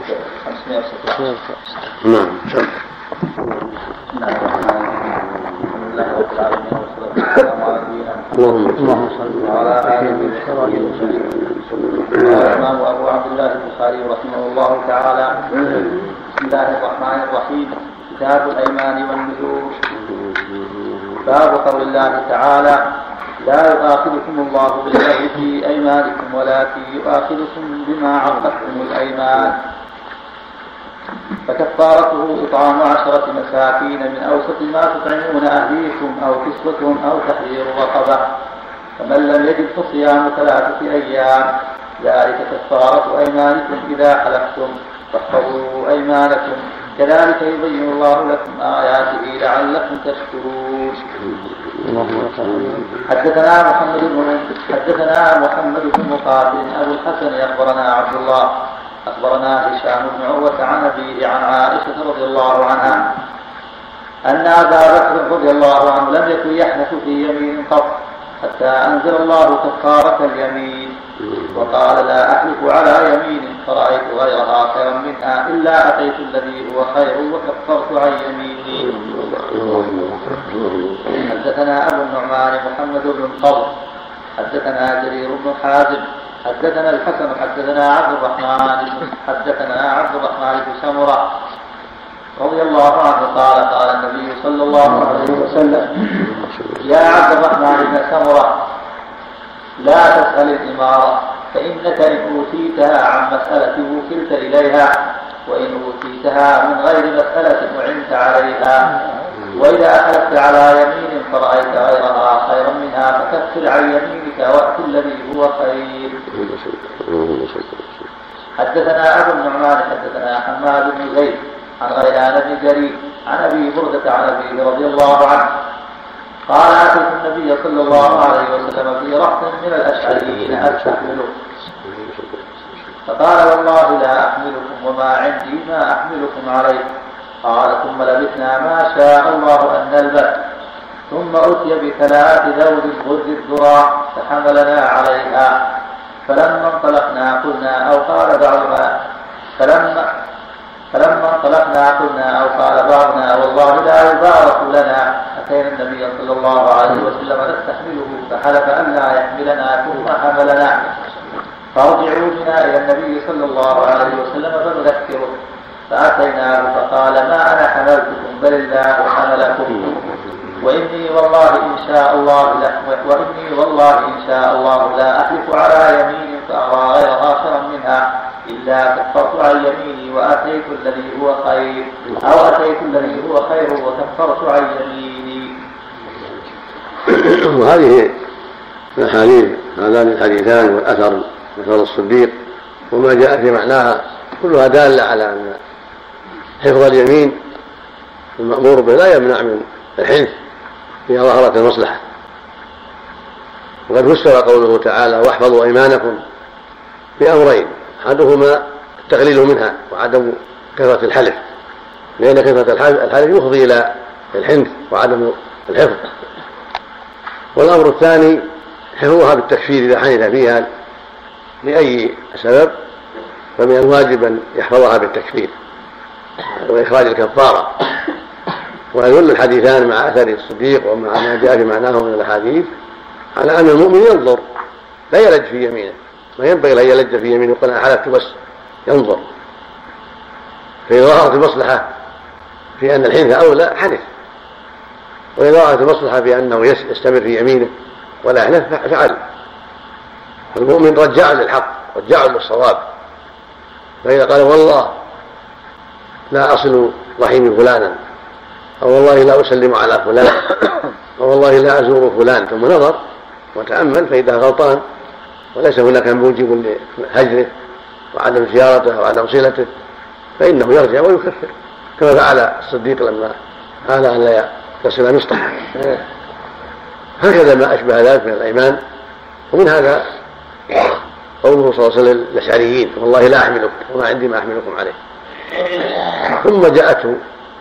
نعم. اللهم صل على الإمام أبو عبد الله البخاري رحمه الله تعالى. بسم الله الرحمن الرحيم. كتاب الأيمان والنذور. باب قول الله تعالى: لا يؤاخذكم الله باللغو في أيمانكم ولكن يؤاخذكم بما عقدتم الأيمان. فكفارته إطعام 10 مساكين من أوسط ما تطعمون أهليكم أو كسوتهم أو تحرير رقبة، فمن لم يجد فصيام 3 أيام، ذلك كفارة أيمانكم إذا حلفتم، فاحفظوا أيمانكم، كذلك يبين الله لكم آياته لعلكم تشكرون. حدثنا محمد بن مقاتل أبو الحسن أخبرنا عبد الله أخبرنا هشام بن عروة عن أبيه عن عائشة رضي الله عنها أن أبا بكر رضي الله عنه لم يكن يحنث في يمين قط حتى أنزل الله كفارة اليمين، وقال: لا أحلف على يمين فرأيت غيرها خيرا منها إلا أتيت الذي هو خير وكفرت عن يميني. حدثنا أبو النعمان محمد بن الفضل حدثنا جرير بن حازم حدثنا الحسن حدثنا عبد الرحمن بن سمرة رضي الله عنه قال: قال النبي صلى الله عليه وسلم: يا عبد الرحمن بن سمرة، لا تسأل الإمارة، فإنك إن أوتيتها عن مسألة وكلت إليها، وإن أوتيتها من غير مسألة أعنت عليها، وإذا حلفت على يمين فرأيت غيرها خيرا منها فكفر عن يمينك وأت الذي هو خير. حدثنا أبو النعمان حدثنا حماد بن زيد عن غيلان بن جرير عن أبي بردة عن أبيه رضي الله عنه قال: أتيت النبي صلى الله عليه وسلم في رهط من الأشعريين أستحمله، فقال: والله لا أحملكم وما عندي ما أحملكم عليه. قال: ثم لبثنا ما شاء الله أن نلبث، ثم أتي ب3 ذود غر الذراع فحملنا عليها، فلما انطلقنا قلنا أو قال بعضنا والله لا يبارك لنا. أتينا النبي صلى الله عليه وسلم نستحمله فحلف أن لا يحملنا ثم حملنا، فارجعوا بنا إلى النبي صلى الله عليه وسلم فنذكره. فأتيناه فقال: ما أنا حملتكم بل الله حملكم، وإني والله إن شاء الله لا أحلف على يمين فأرى غيرها خيرا منها إلا كفرت عن يميني وأتيت الذي هو خير، أو أتيت الذي هو خير وكفرت عن يميني. وهذه الأحاديث، هذان الحديثان والأثر مثل الصديق وما جاء في معناها كلها دالة على أن حفظ اليمين المأمور به لا يمنع من الحنث إذا ظهرت المصلحة. وقد فسر قوله تعالى: واحفظوا أيمانكم بأمرين، أحدهما التقليل منها وعدم كثرة الحلف، لأن كثرة الحلف يفضي إلى الحنث وعدم الحفظ. والأمر الثاني حفظها بالتكفير إذا حنث فيها لأي سبب، فمن الواجب أن يحفظها بالتكفير وإخراج الكفارة. ويدل الحديثان مع أثر الصديق ومع ما جاء في معناه من الأحاديث على أن المؤمن ينظر لا يلج في يمينه، ما ينبغي أن يلج في يمينه وقال أنا حلفت بس، ينظر، فإذا ظهرت المصلحة في أن الحنث أولى حنث، وإذا ظهرت المصلحة في أنه يستمر في يمينه ولا يحنث فعل. المؤمن رجع للحق، رجع للصواب، فإذا قال والله لا أصل رحيم فلانا، أو والله لا أسلم على فلان، أو والله لا أزور فلان، ثم نظر وتأمل فإذا غلطان وليس هناك موجب لهجره وعدم زيارته وعدم صلته، فإنه يرجع ويكفر، كما فعل الصديق لما قال أن لا يصل مصطحا. هكذا ما أشبه ذلك من الأيمان. ومن هذا قوله صلى الله عليه وسلم للأشعريين: والله لا أحملكم وما عندي ما أحملكم عليه. ثم جاءته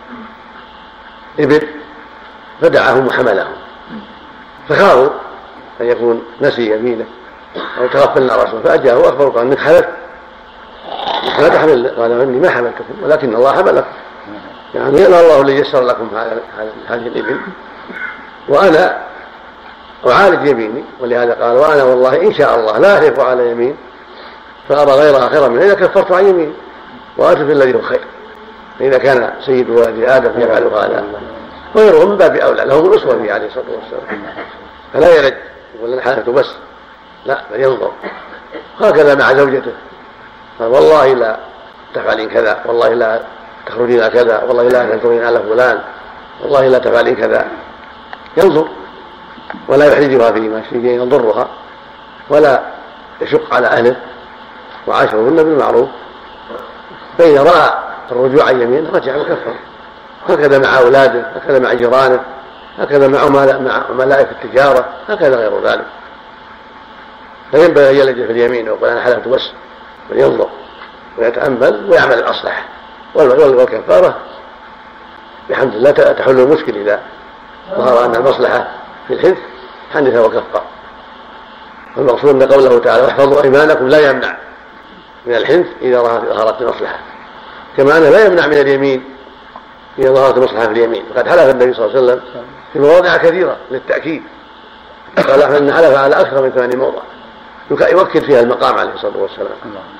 إبل فدعاهم وحملهم، فخافوا أن يكون نسي يمينه أو تغفلنا رأسه، فأجاه وأخبروا قال: إنك حلفت لا تحمل. قال: إني ما حملتكم ولكن الله حملكم، يعني الله الذي يسر لكم هذه الإبل وأنا أعالج يميني. ولهذا قال: وأنا والله إن شاء الله لا أحلف على يمين فأرى غيرها خيرا منه إذا كفرت عن يمين وآتوا في الذي هو خير. فإذا كان سيد ولد آدم يفعل هذا غيره من باب أولى، له الأسوة به عليه الصلاة والسلام، فلا يرد يقول أنا حلفت بس، لا بل ينظر. هكذا مع زوجته قال: والله لا تفعلين كذا، والله لا تخرجين كذا، والله لا تنظرين على فلان، والله لا تفعلين كذا. ينظر ولا يحرجها فيما شيء يضرها ولا يشق على أهله، وعاشرهن بالمعروف. فإذا رأى الرجوع عن يمين رجع وكفر. هكذا مع أولاده، هكذا مع جيرانه، هكذا مع عملاء في التجارة، هكذا غير ذلك. فينبغي أن يلجأ في اليمين ويقول أنا حلفت بس، وينظر ويتأمل ويعمل الأصلح. والكفارة بحمد الله تحل المشكل إذا ظهر أن المصلحة في الحنث حنث وكفر. والمقصود أن قوله تعالى: واحفظوا أيمانكم لا يمنع من الحنث إذا ظهرت المصلحة، كما أنه لا يمنع من اليمين إذا ظهرت المصلحة في اليمين. وقد حلف النبي صلى الله عليه وسلم في مواضع كثيرة للتأكيد، قال أن حلف على أكثر من 8 موضع يؤكد فيها المقام عليه الصلاة والسلام.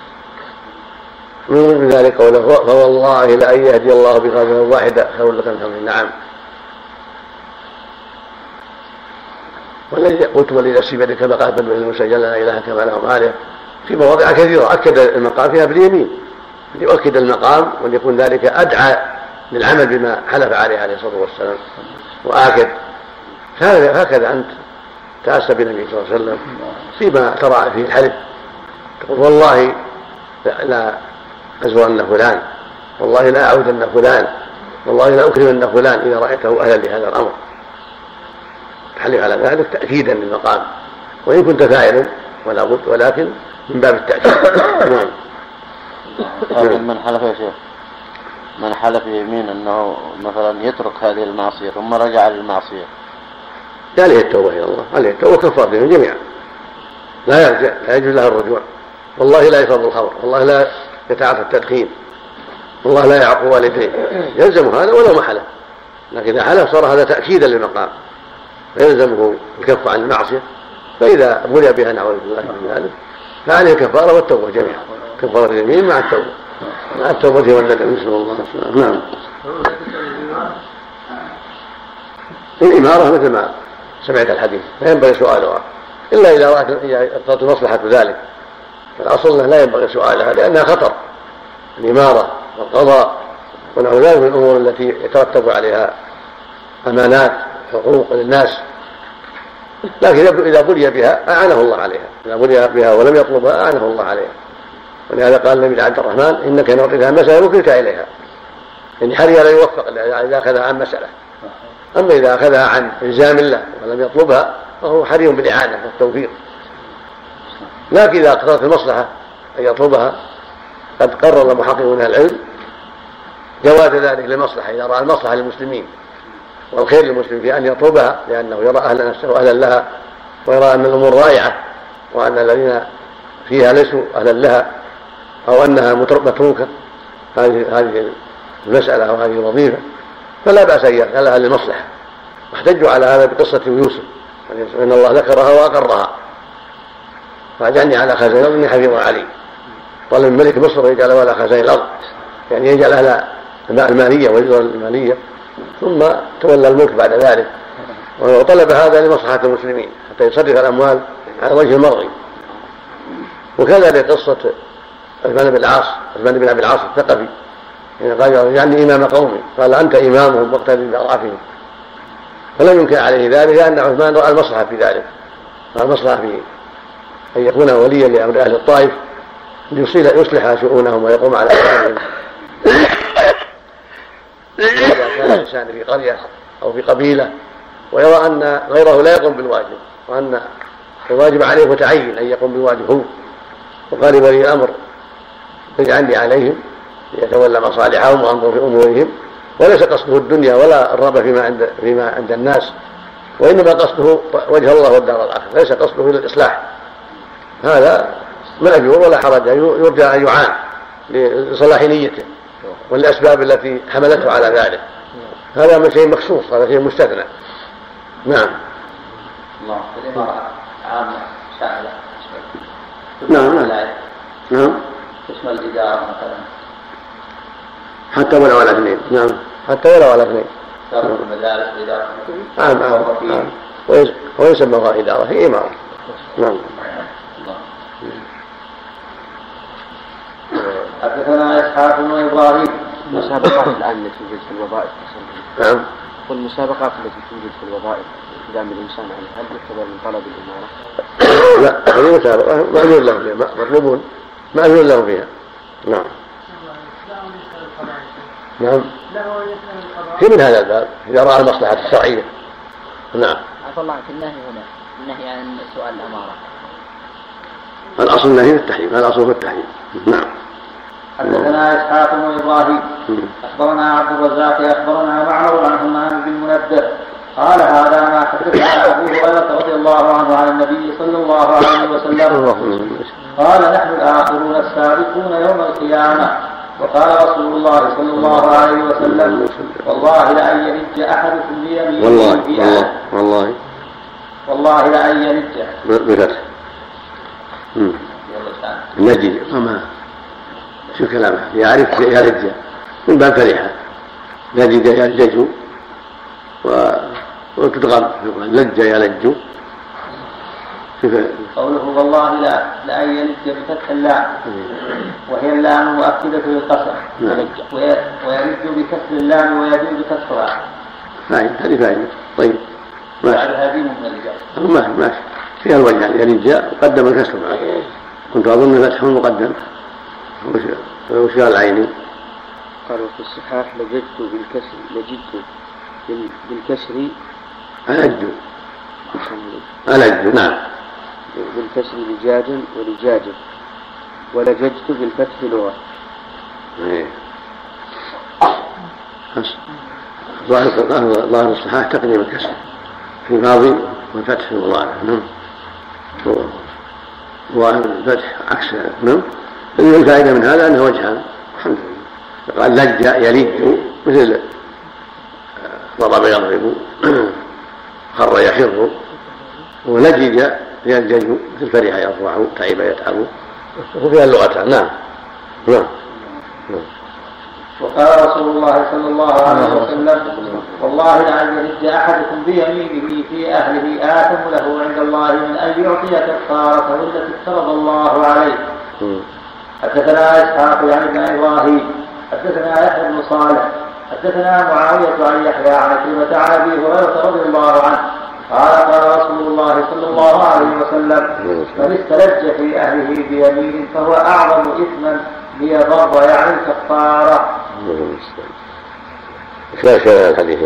من ذلك قوله: فوالله لأن يهدي الله بك رجلا واحدا خير لك من حمر النعم. والذي قلت والذي نفسي بيده كما قال بن المسجل لا اله كما لهم آله، في مواضع كثيرة أكد المقام فيها باليمين ليؤكد المقام وأن يكون ذلك أدعى للعمل بما حلف عليه الصلاة والسلام وآكد. هكذا أنت تأسى بالنبي صلى الله عليه وسلم فيما ترى فيه الحلف، تقول: والله لا أزورن فلان، والله لا أعودن فلان، والله لا أكرمن فلان إذا رأيته أهلا لهذا الأمر. تحلف على ذلك تأكيدا للمقام، وإن كنت فاعلا ولا بد، ولكن من باب التأكيد. لكن من حلف يا شيخ، من حلف يمين أنه مثلا يترك هذه المعصية ثم رجع للمعصية، عليه التوبة إلى الله، عليه التوبة كفارة من جميعا، لا يرجع، لا يجوز له الرجوع. والله لا يشرب الخمر، والله لا يتعاطى التدخين، والله لا يعق والديه، يلزم هذا ولو ما حلف. لكن إذا حلف صار هذا تأكيدا للمقام فيلزمه الكف عن المعصية. فإذا بلي بها نعوذ بالله من ذلك فعليه الكفارة والتوبة جميعا، كفارة اليمين مع التوبة، مع التوبة والندم، نسأل الله السلامة. نعم. الإمارة مثل ما سمعت الحديث لا ينبغي سؤالها إلا إذا رأت المصلحة ذلك، فالأصل لا ينبغي سؤالها لأنها خطر. الإمارة والقضاء ونحو ذلك من الأمور التي يترتب عليها أمانات حقوق للناس، لكن إذا بلي بها أعانه الله عليها، إذا بلي بها ولم يطلبها أعانه الله عليها. ولهذا قال النبي عبد الرحمن: إنك إن أعطيتها مسألة وكلت إليها، يعني حري لا يوفق إذا أخذها عن مسألة. أما إذا أخذها عن إلزام الله ولم يطلبها فهو حري بالإعانة والتوفيق. لكن إذا اقتضت المصلحة أن يطلبها قد قرر محققون العلم جواز ذلك للمصلحة، إذا رأى المصلحة للمسلمين والخير للمسلم في أن يطلبها لأنه يرى أهل نفسه أهلا لها، ويرى أن الأمور رائعة وأن الذين فيها ليسوا أهلا لها، أو أنها متروكة هذه المسألة أو هذه الوظيفة، فلا بأس أن يفعلها للمصلحة. واحتجوا على هذا بقصة يوسف أن الله ذكرها وأقرها: فاجعلني على خزائن الأرض إني حفيظ عليم. طلب الملك مصر يجعل على خزائن الأرض، يعني يجعل أهل المالية والإدارة المالية، ثم تولى الملك بعد ذلك، وطلب هذا لمصلحة المسلمين حتى يصرف الأموال على وجه المرضي. وكذلك قصة عثمان بن أبي العاص الثقفي يعني قال: اجعلني إمام قومي، قال: أنت إمامهم واقتدي بأضعافهم. فلم ينكر عليه ذلك لأن عثمان رأى المصلحة في ذلك، رأى المصلحة في أن يكون وليا لأمر أهل الطائف ليصلح شؤونهم ويقوم على أمرهم إذا كان الإنسان في قرية أو في قبيلة ويرى أن غيره لا يقوم بالواجب وأن الواجب عليه متعين أن يقوم بالواجب هو، وقال ولي الأمر اجعلني عليهم ليتولى مصالحهم وأنظر في أمورهم، وليس قصده الدنيا ولا الرغبة فيما عند الناس، وإنما قصده وجه الله والدار الآخرة، ليس قصده إلى الإصلاح. هذا مأجور ولا حرج، يرجى أن يعان لصلاح نيته والأسباب التي حملته على ذلك. هذا من شيء مخصوص، هذا شيء مستثنى. نعم. الله الإمارة عامة شاملة. نعم. تشمل الإدارة مثلا. حتى ولو على اثنين. نعم. حتى ولو على اثنين. إدارة المدارس وإدارة. نعم. ويسمى إدارة هي إمارة. نعم. حدثنا إسحاق بن إبراهيم. المسابقات الآن التي توجد في الوظائف. نعم. والمسابقات التي توجد في الوظائف قدام الإنسان هل تعتبر من طلب الإمارة؟ لا، هذه مسابقة مأذون لهم فيها، مطلوبون مأذون لهم فيها. نعم. نعم. في من هذا الباب إذا رأى المصلحة الشرعية. نعم. عفى الله عنك، النهي هنا النهي عن سؤال الأمارة. الأصل النهي التحريم، الأصل في التحريم. نعم. حدثنا إسحاق بن إبراهيم أخبرنا عبد الرزاق أخبرنا معمر عن همام بن منبه قال هذا ما حدثنا أبو هريرة رضي الله عنه عن النبي صلى الله عليه وسلم قال نحن الآخرون السابقون يوم القيامة. وقال رسول الله صلى الله عليه وسلم والله لأن يلج أحدكم بيمينه والله لأن يلج بفتح نجي وما شو كلامه يعرف يلج من باب فرحة نجد يلج وتدغم لج يلج. قوله والله لأن يلج بفتح اللام وهي اللام مؤكدة للقسم ويلج بكسر اللام ويجوز كسرها. هذه فائدة. طيب ماشي فيها الوجه يلج قدم الكسر معه، كنت أظن فتح مقدم وشاء العين. قالوا في الصحاح لجدت بالكسر ألج نعم بالكسر لجاجا ولجاجا ولجدت بالفتح لغة. ظاهر الصحاح تقديم الكسر في الماضي والفتح في المضارع. والفتح عكس. الفائدة من هذا أنه وجهان الحمد لله. قال لج يلج مثل ضرب يضرب خر يخر، ولجج يلجج مثل فرح يفرح تعب يتعب، وفيها اللغتان. نعم. وقال رسول الله صلى الله عليه وسلم والله لأن يلج أحدكم بيمينه في أهله آثم له عند الله من أن يعطي كفارته التي افترض الله عليه. حدثنا إسحاق يعني بن إبراهيم حدثنا يحيى بن صالح حدثنا معاوية عن يحيى عن كلمة عن أبي هريرة رضي الله عنه قال رسول الله صلى الله عليه وسلم من استلج في أهله بيمين فهو أعظم إثما ليضر يعني الكفارة. شاء الحديث.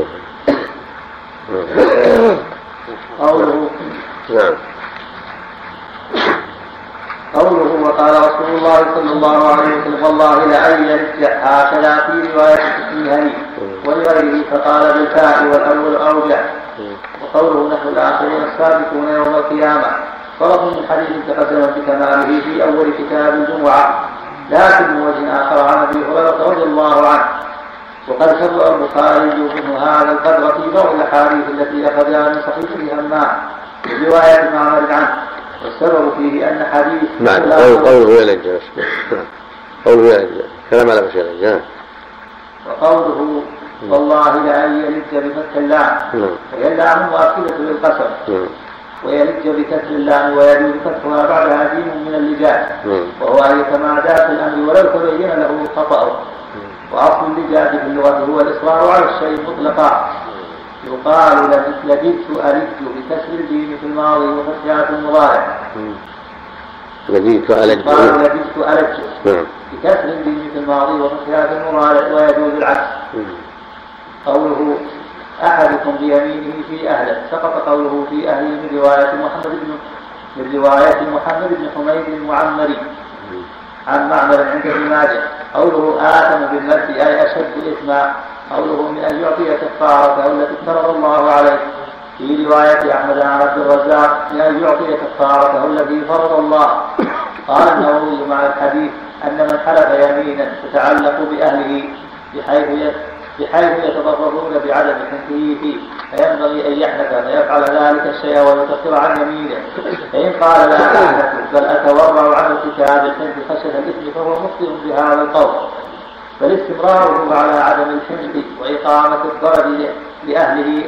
قوله وقال رسول الله صلى الله عليه وسلم والله لأن يلج هكذا في رواية السيهني ولغيره فقال بالفاء والأول أوجع. وقوله نحن الآخرون السابقون يوم القيامة فرق من حديث تقدم بكماله في أول كتاب الجمعة لكن من وجه آخر عن أبي هريرة رضي الله عنه. وقد كرر البخاري منه هذا القدر في بعض الأحاديث التي أخذها من صحيح همام برواية معمر عنه، والسبب فيه أن حديث قوله يلج كلام على بشير الجنة. وقوله والله لأن يلج بفتح اللام وهي اللام مؤكدة للقسم ويلج بكسر اللام ويجوز فتحها بعدها دين من اللجاج وهو أن يتمادى في الأمر ولو تبين له خطأه. وأصل اللجاج في اللغة هو الإصرار على الشيء مطلقا. يقال لجدت ألج بكسر الجيم في الماضي وفتحها في المضارع. لجيت وألجت. قالوا لجيت وألجت بكسر الجيم في الماضي وفتحها في المضارع ويجوز العكس. قوله أحدكم بيمينه في أهله سقط قوله في أهله من رواية محمد بن حميد المعمري عن معمر عند ابن ماجه. قوله آثم بالمرء أي أشد إثما. قوله من أن يعطي كفارته التي افترض الله عليه. في رواية أحمد عن عبد الرزاق من أن يعطي كفارته التي فرض الله. قال النووي مع الحديث أن من حلف يمينا تتعلق بأهله بحيث يتضررون بعدم حنثه فيه فينبغي أن يحنث فيفعل ذلك الشيء ويكفر عن يمينه. فإن قال لا أحنث بل أتورع عن ارتكاب الحنث خشية الإثم فهو مخطئ بهذا القول. فالاستمراره على عدم الحنث وإقامة الضرر لأهله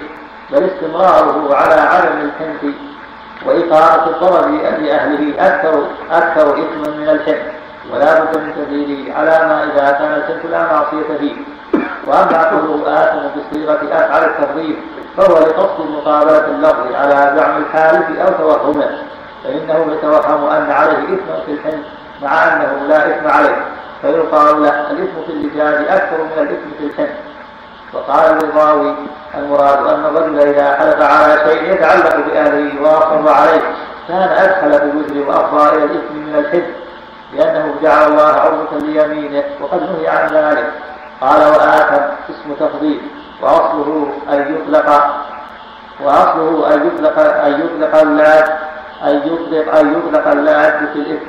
أكثر إثما من الحنث ولا بد من تبديله على ما إذا كان الحنث لا معصية فيه. وأما قوله آثم بصيغة أفعل التفضيل فهو لقصد مقابلة اللفظ على زعم الحالف أو توهمه، فإنه يتوهم أن عليه إثما في الحنث مع أنه لا إثم عليه، فيقال له الإثم في اللجاج أكثر من الإثم في الحنث. وقال الرضاوي المراد أن الرجل إذا حلف على شيء يتعلق بأهله وأصر عليه كان أدخل بالوزر وأفضى إلى الإثم من الحنث، لأنه جعل الله عرضة ليمينه وقد نهي عن ذلك. قال وآثم اسم تفضيل وأصله أن يطلق اللاد في الإثم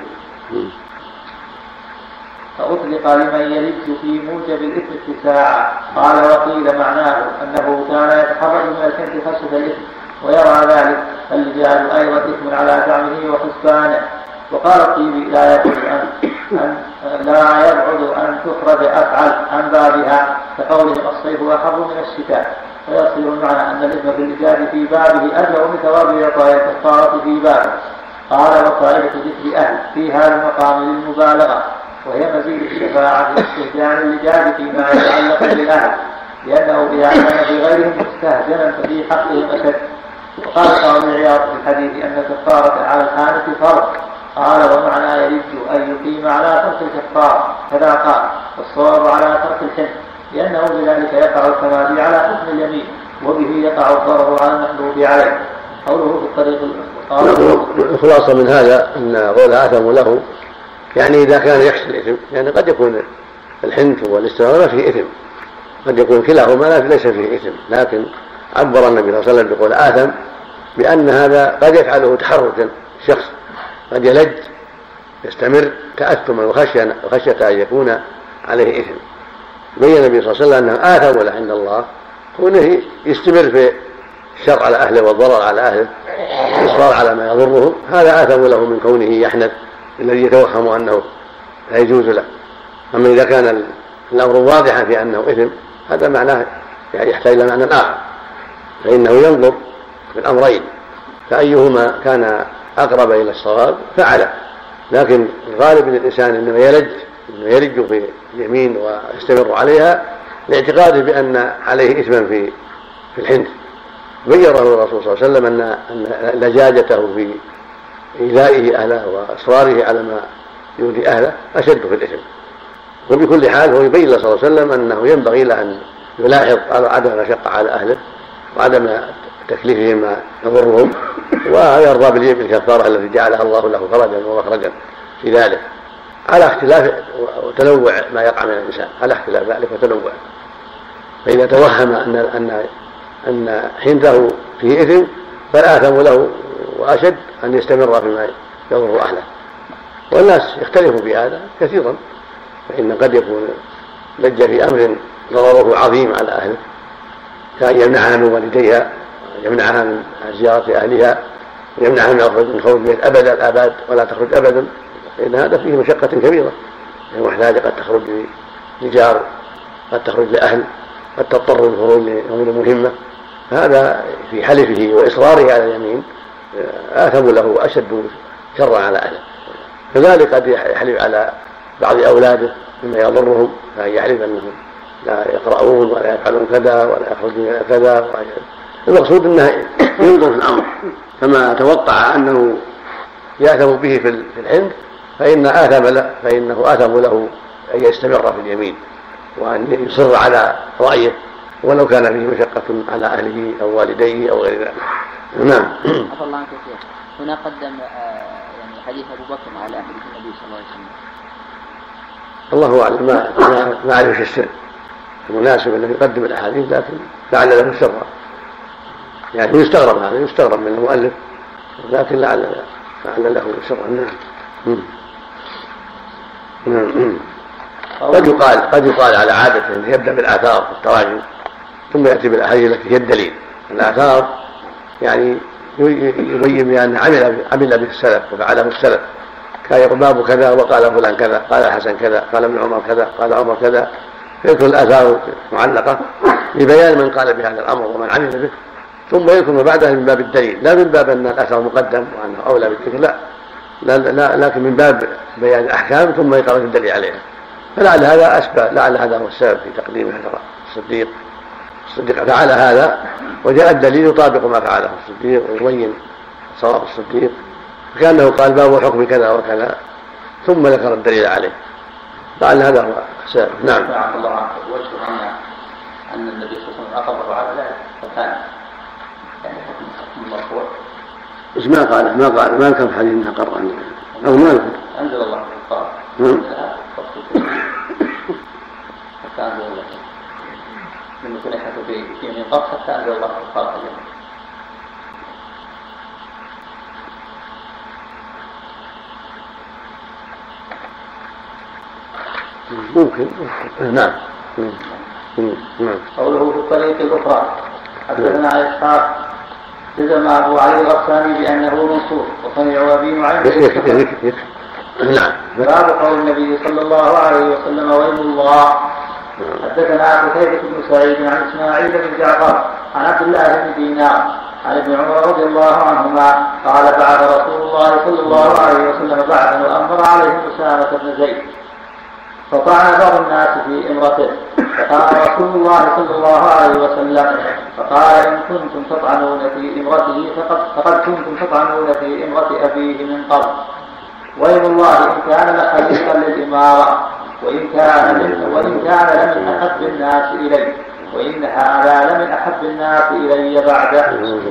فأطلق لمن يلج في موجب الإثم اتساعا. قال وقيل معناه أنه كان يتحرج من الحنث خشية الإثم ويرى ذلك فاللجاج أيضا إثم على زعمه وحسبانه. وقال الطيبي لا يبعد أن تخرج أفعل عن بابها كقولهم الصيف أحر من الشتاء، فيصل المعنى أن الإثم في اللجاج في بابه أجر من ثواب يعطى الكفارة في بابه. قال وقاعدة ذكر أهل في هذا المقام للمبالغة، وهي مزيد الشفاعة في استهجان اللجاج فيما يتعلق بالأهل، لأنه إذا كان في غيرهم مستهجنا ففي حقهم أشد. وقال قاضي عياض في الحديث أن الكفارة على الحانث فرض. قال ومعنى يلج أن يقيم على ترك الكفارة كذا قال، والصواب على ترك الحنث لأنه بذلك يقع التمادي على حكم اليمين وبه يقع الضرر على المحلوب عليه. قوله في الطريق الخلاصة من هذا أن قول آثم له يعني إذا كان يخشى الإثم، يعني قد يكون الحنث والاستغراق فيه إثم، قد يكون كلاهما ليس فيه إثم، لكن عبر النبي صلى الله عليه وسلم بقول آثم بأن هذا قد يفعله تحركا شخص، قد يلج يستمر تأثما وخشية أن يكون عليه إثم. بين النبي صلى الله عليه وسلم أنه آثم ولا عند الله كونه يستمر في الشر على أهله والضرر على أهله والإصرار على ما يضرهم، هذا آثم له من كونه يحنث الذي يتوهم أنه لا يجوز له. أما إذا كان الأمر واضحا في أنه إثم هذا معناه يعني يحتاج إلى معنى آخر، فإنه ينظر في الأمرين فأيهما كان أقرب إلى الصواب فعله. لكن الغالب من الإنسان إنما يلج في اليمين ويستمر عليها لاعتقاده بأن عليه إثما في الحنث. بيّنه الرسول صلى الله عليه وسلم أن لجاجته في إيذائه أهله وإصراره على ما يؤذي أهله أشد في الإثم. وبكل حال هو يبين صلى الله عليه وسلم أنه ينبغي له أن يلاحظ عدم المشقة على أهله وعدم تكليفهم ما يضرهم، ويرضى بالكفارة التي جعلها الله له فرجا ومخرجا في ذلك على اختلاف وتنوع ما يقع من الإنسان، على اختلاف ذلك وتنوع. فإذا توهم أن حنثه فيه إثم فالآثم له وأشد أن يستمر فيما يضر أهله. والناس يختلفوا في هذا كثيرا، فإن قد يكون لج في أمر ضرره عظيم على أهله كأن يمنعها من والديها، يمنعها من زيارة أهلها، يمنعها من خروج البيت أبدا الآباد ولا تخرج أبدا، فإن هذا فيه مشقة كبيرة. المحتاجة قد تخرج لجار، قد تخرج لأهل، قد تضطر للخروج لأمور مهمة، فهذا في حلفه وإصراره على اليمين آثم له أشد شرا على أهله. كذلك قد يحلف على بعض أولاده مما يضرهم، فيحلف أنهم لا يقرؤون ولا يفعلون كذا ولا يخرجون إلى كذا. المقصود أنه ينظر في الأمر، فما توقع أنه يأثم به في الحنث فإنه آثم له أن يستمر في اليمين وأن يصر على رأيه ولو كان فيه مشقة على أهله أو والديه أو غير ذلك. نعم. عفى الله عنك كثير. هنا قدم يعني حديث أبو بكر على حديث النبي صلى الله عليه وسلم. الله أعلم ما أعرف السر المناسب أنه يقدم الأحاديث لكن لعل له سرا يعني يستغرب من المؤلف لكن لعل له سرا. نعم. قد يقال على عادة أنه يبدأ بالآثار والتراجم ثم يأتي بالأحاديث التي هي الدليل. الآثار يعني يبين بأن عمل به السلف وفعله السلف كان يقول باب كذا وقال فلان كذا قال الحسن كذا قال ابن عمر كذا قال عمر كذا فيذكر الآثار معلقة لبيان من قال بهذا الأمر ومن عمل به ثم يذكر ما بعدها من باب الدليل لا من باب أن الأثر مقدم وأنه أولى بالذكر لا لكن من باب بيان الأحكام ثم يقرأ الدليل عليها. فلعل هذا أسباب لعل هذا هو السبب في تقديم هذا الصديق فعل هذا وجاء الدليل يطابق ما فعله الصديق ويبين صواب الصديق فكأنه قال باب حكم كذا وكذا ثم ذكر الدليل عليه لعل هذا هو السبب. نعم. الله عنه وجه أن النبي صلى الله عليه وسلم أقر على ذلك فكان يعني حكم مرفوع. بس ما كان حديث انها قرأ او ما ذكر انزل الله قال حتى انزل الله من كل حتى في نقاط حتى انزل الله قال ممكن. نعم. قوله في الطريق الاخرى حدثنا اسحاق جزم أبو علي الغساني بأنه منصور وصنع أبي نعيم. نعم. باب قول النبي صلى الله عليه وسلم ويل الله. حدثنا قتيبة بن سعيد عن إسماعيل بن جعفر عن عبد الله بن دينار عن ابن عمر رضي الله عنهما قال بعث رسول الله صلى الله عليه وسلم بعثا وأمر عليه أسامة بن زيد فطعن بعض الناس في امرته فقال رسول الله صلى الله عليه وسلم فقال إن كنتم تطعنون في امرته فقد كنتم تطعنون في امرة أبيه من قبل وإن الله إن كان لخليقا للإمارة وإن كان لمن أحب الناس إلي وإن هذا لمن أحب الناس إلي بعده.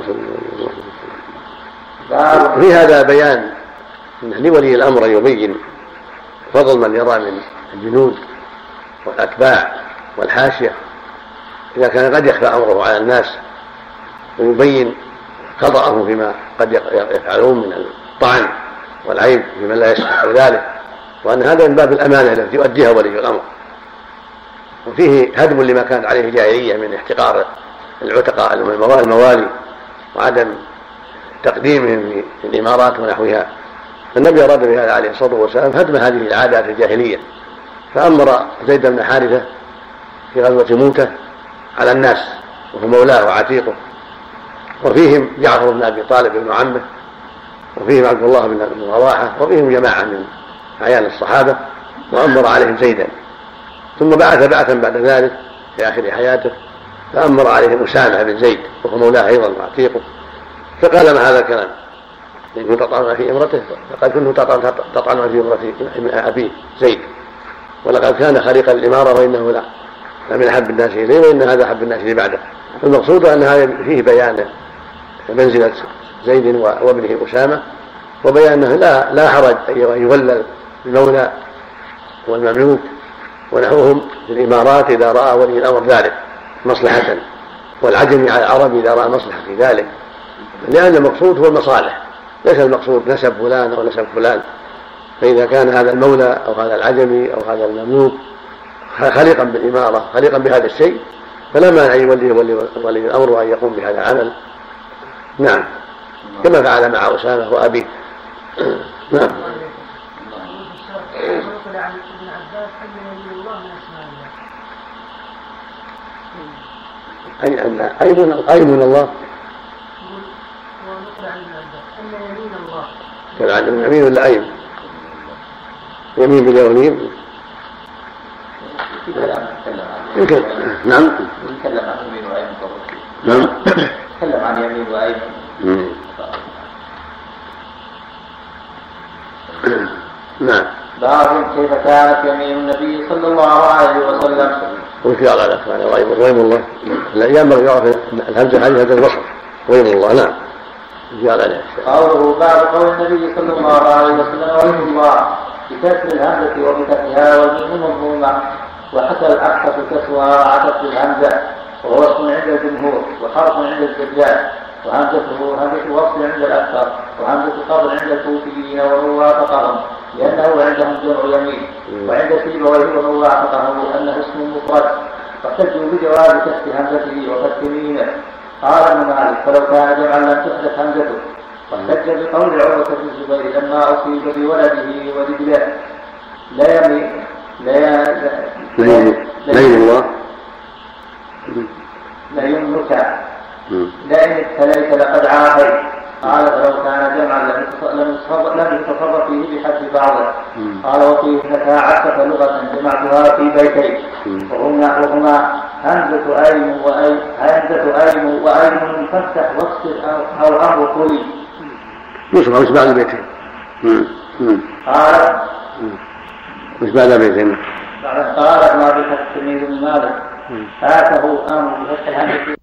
في هذا بيان لولي الأمر يبين فضل من يرى من الجنود والأتباع والحاشية إذا كان قد يخفى أمره على الناس ويبين خطأه فيما قد يفعلون من الطعن والعيب في من لا يستحق ذلك وأن هذا من باب الأمانة التي يؤديها ولي الأمر وفيه هدم لما كانت عليه الجاهلية من احتقار العتقاء الموالي وعدم تقديمهم في الإمارات ونحوها. النبي أراد بهذا عليه الصلاة والسلام هدم هذه العادات الجاهلية فأمر زيد بن حارثة في غزوة موتة على الناس وهو مولاه وعتيقه وفيهم جعفر بن أبي طالب ابن عمه وفيهم عبد الله بن رواحة وفيهم جماعة من أعيان الصحابة وأمر عليهم زيدا ثم بعث بعثا بعد ذلك في آخر حياته فأمر عليهم أسامة بن زيد وهو مولاه أيضا وعتيقه فقال ما هذا الكلام إن كنت تطعن في امرته فقد كنت تطعن في امرة أبيه زيد ولقد كان خليقا الإمارة وإنه لمن أحب الناس إليه وإن هذا أحب الناس إليه بعده. المقصود أن هذا فيه بيان منزلة زيد وابنه أسامة وبيان أنه لا حرج أن يولى المولى والمملوك ونحوهم في الإمارات إذا رأى ولي الأمر ذلك مصلحة والعجم على العرب إذا رأى مصلحة في ذلك لأن المقصود هو المصالح ليس المقصود نسب فلان أو نسب فلان. فإذا كان هذا المولى أو هذا العجمي أو هذا المملوك خليقا بالإمارة خليقا بهذا الشيء فلا مانع أن يوليه ولي الأمر وأن يقوم بهذا العمل. نعم كما فعل مع أسامة وأبيه. نعم. أيمن الله كان يمين ولا أيم يمين باليمين يمكن. نعم نتكلم عن يمين وأيم. نعم نتكلم عن يمين وأيم. نعم. باب كيف كانت يمين النبي صلى الله عليه وسلم. وفي على الأخوان غيم الله لا ينبغي يعرف الهمزة هذه هذا الوصف غيم الله. نعم. في على الأخوان. قوله باب قول النبي صلى الله عليه وسلم غيم الله بكسر الهمزة وبفتحها والميم مضمومة، وحكى الأحسف كسرها وعكس الهمزة، وهو اسم عند الجمهور وحرف عند الزجاج، وهمزته همزة وصل عند الأكثر، وهمزة قبر عند الكوفيين ومن وافقهم لأنه عندهم جمع يمين، وعند سيبويه ومن وافقهم أنه اسم مفرد، فاحتجوا بجواز كسر همزته وفتح ميمه. قال ابن مالك فلو كان جمعا لم تحدث همزته، واحتج بقول عروة بن الزبير لما أصيب بولده ورجله لا يملك لئن ابتليت لقد عافيت. قال فلو كان جمعا لم يتصرف فيه بحد بعضه. قال وفيه اثنتا عشرة لغة جمعتها في بيتين وهما همزة أيم وأيم فافتح واكسر أو أمر طويل. يصبح وش بعد البيتين؟ قال وش بعد البيتين؟ قال ما بفتح تلميذ بن مالك فاته امر بفتح الهمزه